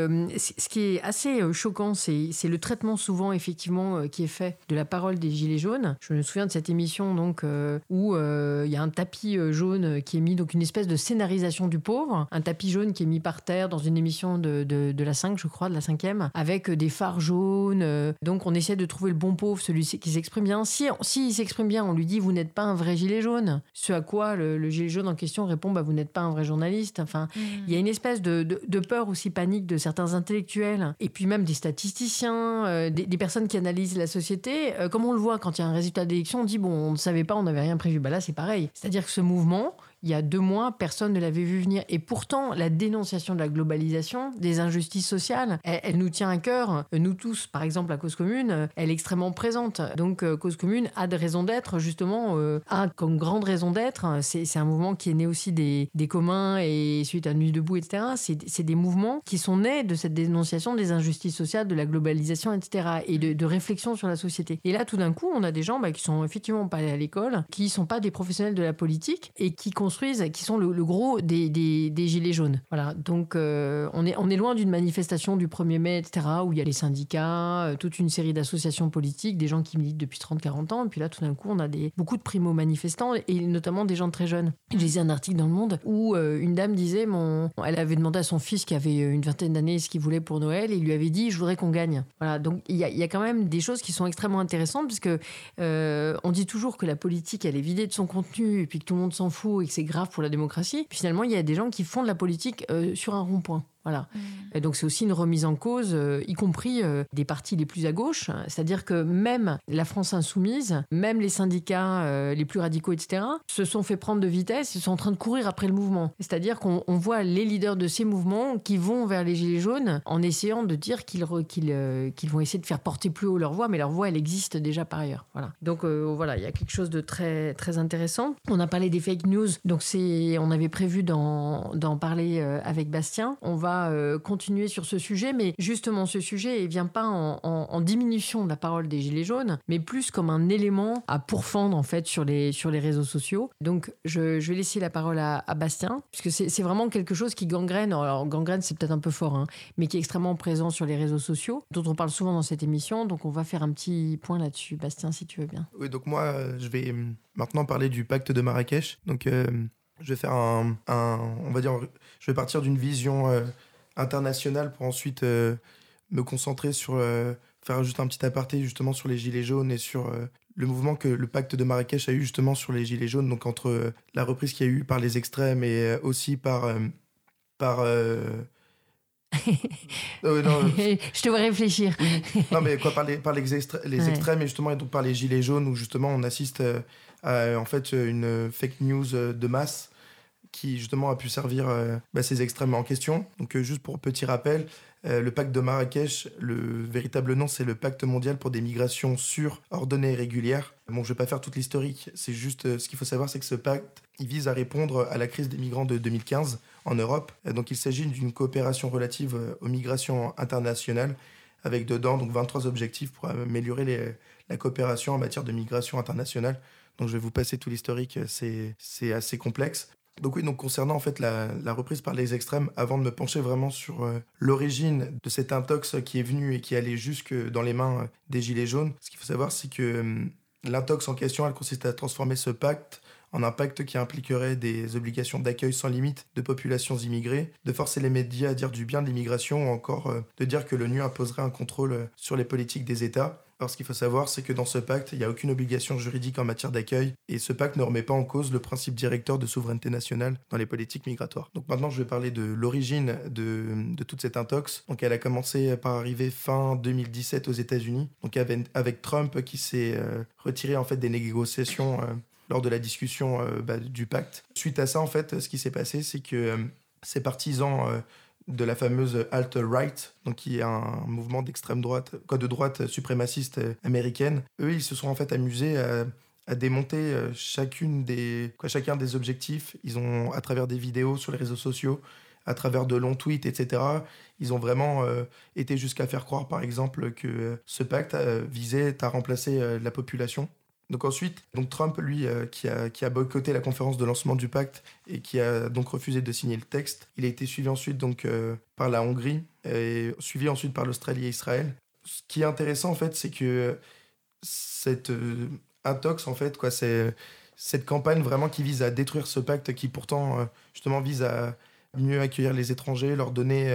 ce qui est assez choquant, c'est le traitement souvent, effectivement, qui est fait de la parole des Gilets jaunes. Je me souviens de cette émission donc, où il y a un tapis jaune qui est mis, donc une espèce de scénarisation du pauvre, un tapis jaune qui est mis par terre dans une émission de la 5, je crois, de la 5e, avec des phares jaunes. Donc on essaie de trouver le bon pauvre, celui qui s'exprime bien. Si il s'exprime bien, on lui dit vous n'êtes pas un vrai gilet jaune. Ce à quoi le gilet jaune en question répond vous n'êtes pas un vrai journaliste. Enfin, il y a une espèce de peur aussi panique de certains intellectuels et puis même des statisticiens, des personnes qui analysent la société. Comme on le voit quand il y a un résultat d'élection, on dit on ne savait pas, on n'avait rien prévu. Là c'est pareil. C'est-à-dire que ce mouvement, il y a 2 mois, personne ne l'avait vu venir. Et pourtant, la dénonciation de la globalisation, des injustices sociales, elle nous tient à cœur. Nous tous, par exemple, à Cause Commune, elle est extrêmement présente. Donc, Cause Commune a des raisons d'être, justement, a comme grande raison d'être. C'est un mouvement qui est né aussi des communs et suite à Nuit debout, etc. C'est des mouvements qui sont nés de cette dénonciation des injustices sociales, de la globalisation, etc. et de réflexion sur la société. Et là, tout d'un coup, on a des gens qui sont effectivement pas allés à l'école, qui sont pas des professionnels de la politique et qui qui sont le gros des gilets jaunes. Voilà, donc on est loin d'une manifestation du 1er mai, etc., où il y a les syndicats, toute une série d'associations politiques, des gens qui militent depuis 30-40 ans, et puis là, tout d'un coup, on a beaucoup de primo-manifestants, et notamment des gens très jeunes. Je lisais un article dans Le Monde où une dame disait, elle avait demandé à son fils qui avait une vingtaine d'années ce qu'il voulait pour Noël, et il lui avait dit, je voudrais qu'on gagne. Voilà, donc il y a quand même des choses qui sont extrêmement intéressantes, parce que on dit toujours que la politique, elle est vidée de son contenu, et puis que tout le monde s'en fout, etc. c'est grave pour la démocratie. Puis finalement, il y a des gens qui font de la politique sur un rond-point. Voilà. Et donc c'est aussi une remise en cause, y compris des partis les plus à gauche. C'est-à-dire que même la France insoumise, même les syndicats les plus radicaux, etc., se sont fait prendre de vitesse, ils sont en train de courir après le mouvement. C'est-à-dire qu'on voit les leaders de ces mouvements qui vont vers les Gilets jaunes en essayant de dire qu'ils vont essayer de faire porter plus haut leur voix, mais leur voix, elle existe déjà par ailleurs. Voilà. Donc voilà, il y a quelque chose de très, très intéressant. On a parlé des fake news, donc on avait prévu d'en parler avec Bastien. On va continuer sur ce sujet, mais justement ce sujet ne vient pas en diminution de la parole des Gilets jaunes, mais plus comme un élément à pourfendre en fait sur les réseaux sociaux. Donc je vais laisser la parole à Bastien, puisque c'est vraiment quelque chose qui gangrène, alors gangrène c'est peut-être un peu fort, mais qui est extrêmement présent sur les réseaux sociaux, dont on parle souvent dans cette émission, donc on va faire un petit point là-dessus. Bastien, si tu veux bien. Oui, donc moi je vais maintenant parler du pacte de Marrakech. Donc je vais faire on va dire, je vais partir d'une vision internationale pour ensuite me concentrer sur faire juste un petit aparté justement sur les Gilets jaunes et sur le mouvement que le pacte de Marrakech a eu justement sur les Gilets jaunes, donc entre la reprise qu'il y a eu par les extrêmes et aussi par je te vois réfléchir. Oui. Non mais quoi, par les extrêmes et justement et donc par les Gilets jaunes où justement on assiste à en fait une fake news de masse qui justement a pu servir ces extrêmes en question. Donc juste pour petit rappel, le pacte de Marrakech, le véritable nom c'est le pacte mondial pour des migrations sûres, ordonnées et régulières. Bon, je vais pas faire toute l'historique, c'est juste ce qu'il faut savoir, c'est que ce pacte il vise à répondre à la crise des migrants de 2015 en Europe. Donc il s'agit d'une coopération relative aux migrations internationales avec dedans donc 23 objectifs pour améliorer la coopération en matière de migration internationale. Donc je vais vous passer tout l'historique, c'est assez complexe. Donc oui, donc concernant en fait la reprise par les extrêmes, avant de me pencher vraiment sur l'origine de cet intox qui est venu et qui allait jusque dans les mains des Gilets jaunes, ce qu'il faut savoir c'est que l'intox en question, elle consiste à transformer ce pacte en un pacte qui impliquerait des obligations d'accueil sans limite de populations immigrées, de forcer les médias à dire du bien de l'immigration ou encore de dire que l'ONU imposerait un contrôle sur les politiques des États. Alors ce qu'il faut savoir, c'est que dans ce pacte, il n'y a aucune obligation juridique en matière d'accueil et ce pacte ne remet pas en cause le principe directeur de souveraineté nationale dans les politiques migratoires. Donc maintenant, je vais parler de l'origine de toute cette intox. Donc elle a commencé par arriver fin 2017 aux États-Unis, donc avec Trump qui s'est retiré en fait des négociations lors de la discussion du pacte. Suite à ça, en fait, ce qui s'est passé, c'est que ces partisans de la fameuse alt-right, donc qui est un mouvement d'extrême droite, de droite suprémaciste américaine, eux, ils se sont en fait amusés à démonter chacun des objectifs. Ils ont, à travers des vidéos sur les réseaux sociaux, à travers de longs tweets, etc., ils ont vraiment été jusqu'à faire croire, par exemple, que ce pacte visait à remplacer la population. Donc ensuite, Trump, lui, qui a boycotté la conférence de lancement du pacte et qui a donc refusé de signer le texte, il a été suivi ensuite par la Hongrie et suivi ensuite par l'Australie et Israël. Ce qui est intéressant, en fait, c'est que cette intox, en fait, c'est cette campagne vraiment qui vise à détruire ce pacte qui pourtant, justement, vise à mieux accueillir les étrangers, leur donner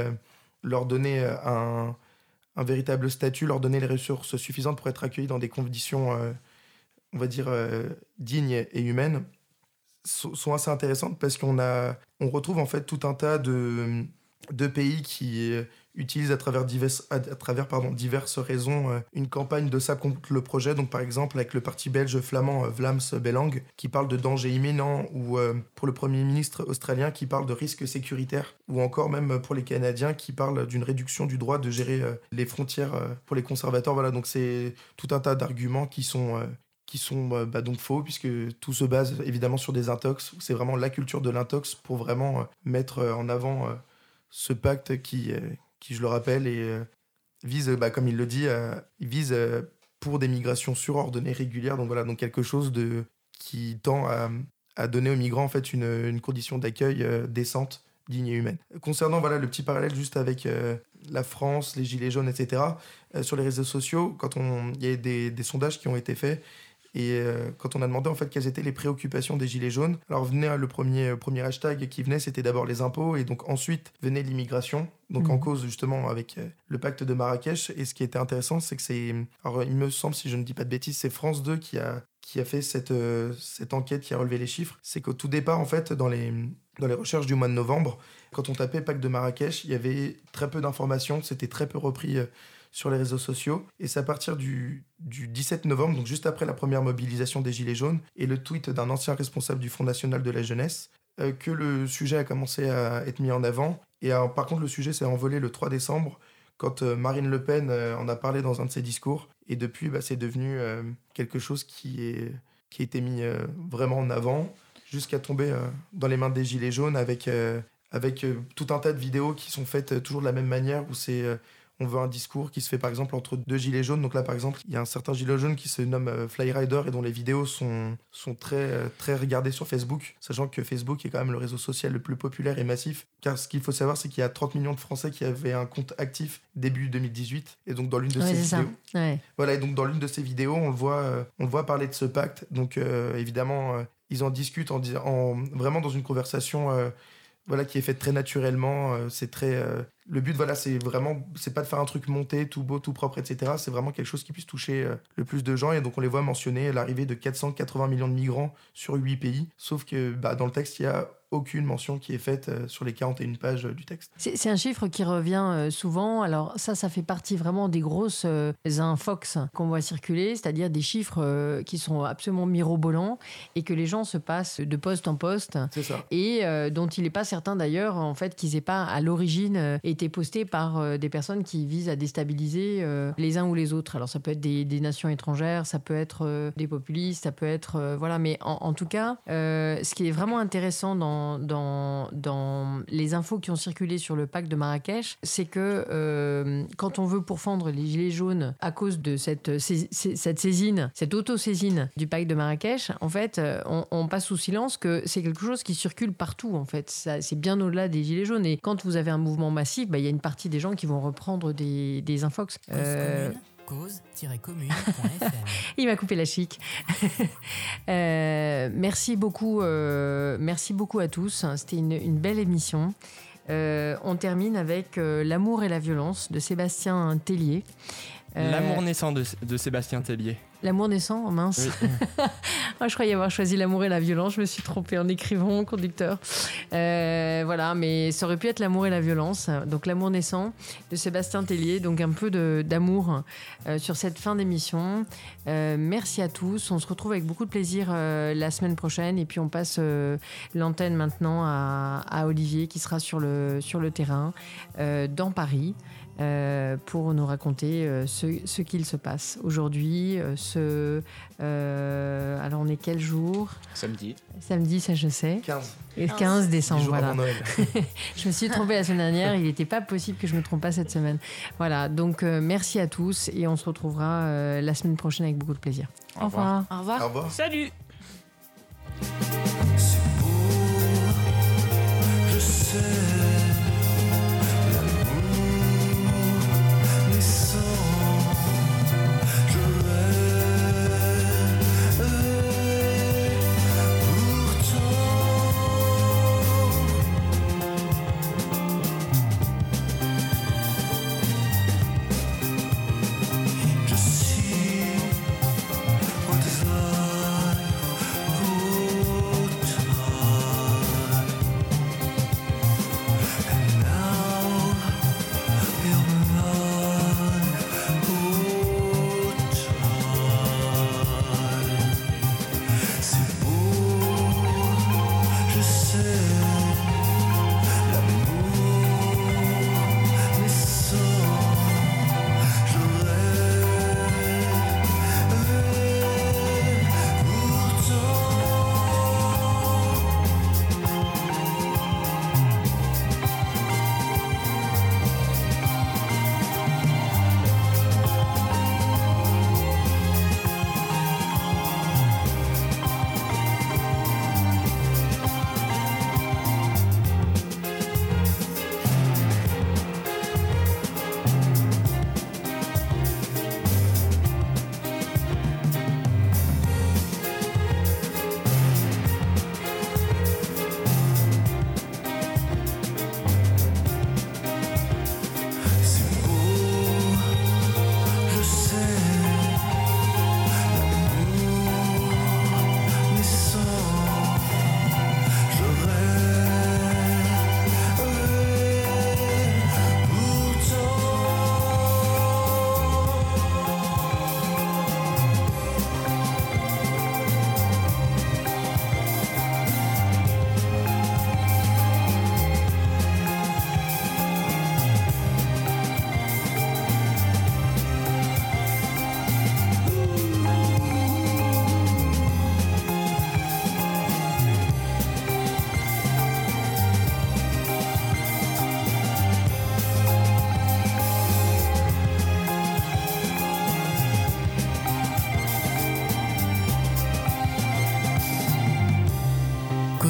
un véritable statut, leur donner les ressources suffisantes pour être accueillis dans des conditions on va dire, dignes et humaines, sont assez intéressantes parce qu'on retrouve en fait tout un tas de pays qui utilisent à travers diverses raisons une campagne de ça contre le projet. Donc par exemple avec le parti belge flamand Vlaams Belang qui parle de danger imminent, ou pour le Premier ministre australien qui parle de risques sécuritaires, ou encore même pour les Canadiens qui parlent d'une réduction du droit de gérer les frontières pour les conservateurs. Voilà, donc c'est tout un tas d'arguments qui sont donc faux, puisque tout se base évidemment sur des intox. C'est vraiment la culture de l'intox pour vraiment mettre en avant ce pacte qui, je le rappelle, vise, comme il le dit, il vise pour des migrations sûres, ordonnées, régulières. Donc voilà, donc quelque chose qui tend à donner aux migrants en fait une condition d'accueil décente, digne et humaine. Concernant le petit parallèle juste avec la France, les Gilets jaunes, etc., sur les réseaux sociaux, quand il y a des sondages qui ont été faits, Et quand on a demandé en fait quelles étaient les préoccupations des Gilets jaunes, alors venait le premier hashtag qui venait, c'était d'abord les impôts, et donc ensuite venait l'immigration, donc en cause justement avec le pacte de Marrakech. Et ce qui était intéressant, c'est que alors il me semble, si je ne dis pas de bêtises, c'est France 2 qui a fait cette enquête, qui a relevé les chiffres. C'est qu'au tout départ, en fait, dans les recherches du mois de novembre, quand on tapait pacte de Marrakech, il y avait très peu d'informations, c'était très peu repris sur les réseaux sociaux. Et c'est à partir du 17 novembre, donc juste après la première mobilisation des Gilets jaunes, et le tweet d'un ancien responsable du Front National de la Jeunesse, que le sujet a commencé à être mis en avant. Et par contre, le sujet s'est envolé le 3 décembre, quand Marine Le Pen en a parlé dans un de ses discours. Et depuis, c'est devenu quelque chose qui a été mis vraiment en avant, jusqu'à tomber dans les mains des Gilets jaunes avec tout un tas de vidéos qui sont faites toujours de la même manière, où on veut un discours qui se fait par exemple entre deux gilets jaunes. Donc là par exemple, il y a un certain gilet jaune qui se nomme Flyrider et dont les vidéos sont très, très regardées sur Facebook, sachant que Facebook est quand même le réseau social le plus populaire et massif, car ce qu'il faut savoir, c'est qu'il y a 30 millions de Français qui avaient un compte actif début 2018. Et donc dans l'une de ces vidéos, voilà, et donc dans l'une de ces vidéos, on le voit parler de ce pacte. Donc évidemment, ils en discutent vraiment dans une conversation qui est faite très naturellement. Le but, c'est pas de faire un truc monté, tout beau, tout propre, etc. C'est vraiment quelque chose qui puisse toucher le plus de gens. Et donc on les voit mentionner l'arrivée de 480 millions de migrants sur 8 pays. Sauf que dans le texte, il y a aucune mention qui est faite sur les 41 pages du texte. C'est un chiffre qui revient souvent. Alors ça fait partie vraiment des grosses infox qu'on voit circuler, c'est-à-dire des chiffres qui sont absolument mirobolants et que les gens se passent de poste en poste. C'est ça. Et dont il n'est pas certain d'ailleurs en fait qu'ils aient pas à l'origine été postés par des personnes qui visent à déstabiliser les uns ou les autres. Alors ça peut être des nations étrangères, ça peut être des populistes, ça peut être mais en tout cas, ce qui est vraiment intéressant dans les infos qui ont circulé sur le pacte de Marrakech, c'est que quand on veut pourfendre les Gilets jaunes à cause de cette saisine, cette auto-saisine du pacte de Marrakech, en fait, on passe sous silence que c'est quelque chose qui circule partout, en fait. C'est bien au-delà des Gilets jaunes. Et quand vous avez un mouvement massif, il y a une partie des gens qui vont reprendre des infox. Cause-commune.fm. Il m'a coupé la chic. Merci beaucoup à tous. C'était une belle émission. On termine avec L'amour et la violence de Sébastien Tellier. L'amour naissant de Sébastien Tellier. L'amour naissant, mince. Oui. Je croyais avoir choisi l'amour et la violence. Je me suis trompée en écrivant, conducteur. Mais ça aurait pu être l'amour et la violence. Donc l'amour naissant de Sébastien Tellier. Donc un peu d'amour sur cette fin d'émission. Merci à tous. On se retrouve avec beaucoup de plaisir la semaine prochaine. Et puis on passe l'antenne maintenant à Olivier qui sera sur le terrain dans Paris. Pour nous raconter ce qu'il se passe aujourd'hui. Alors on est quel jour ? Samedi, ça je sais. 15 décembre, voilà. Je me suis trompée la semaine dernière, il n'était pas possible que je me trompe pas cette semaine. Voilà, donc merci à tous et on se retrouvera la semaine prochaine avec beaucoup de plaisir. Au revoir. Au revoir. Au revoir. Salut. Je sais.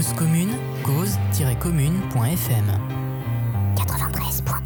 Cause commune, cause-commune.fm 93.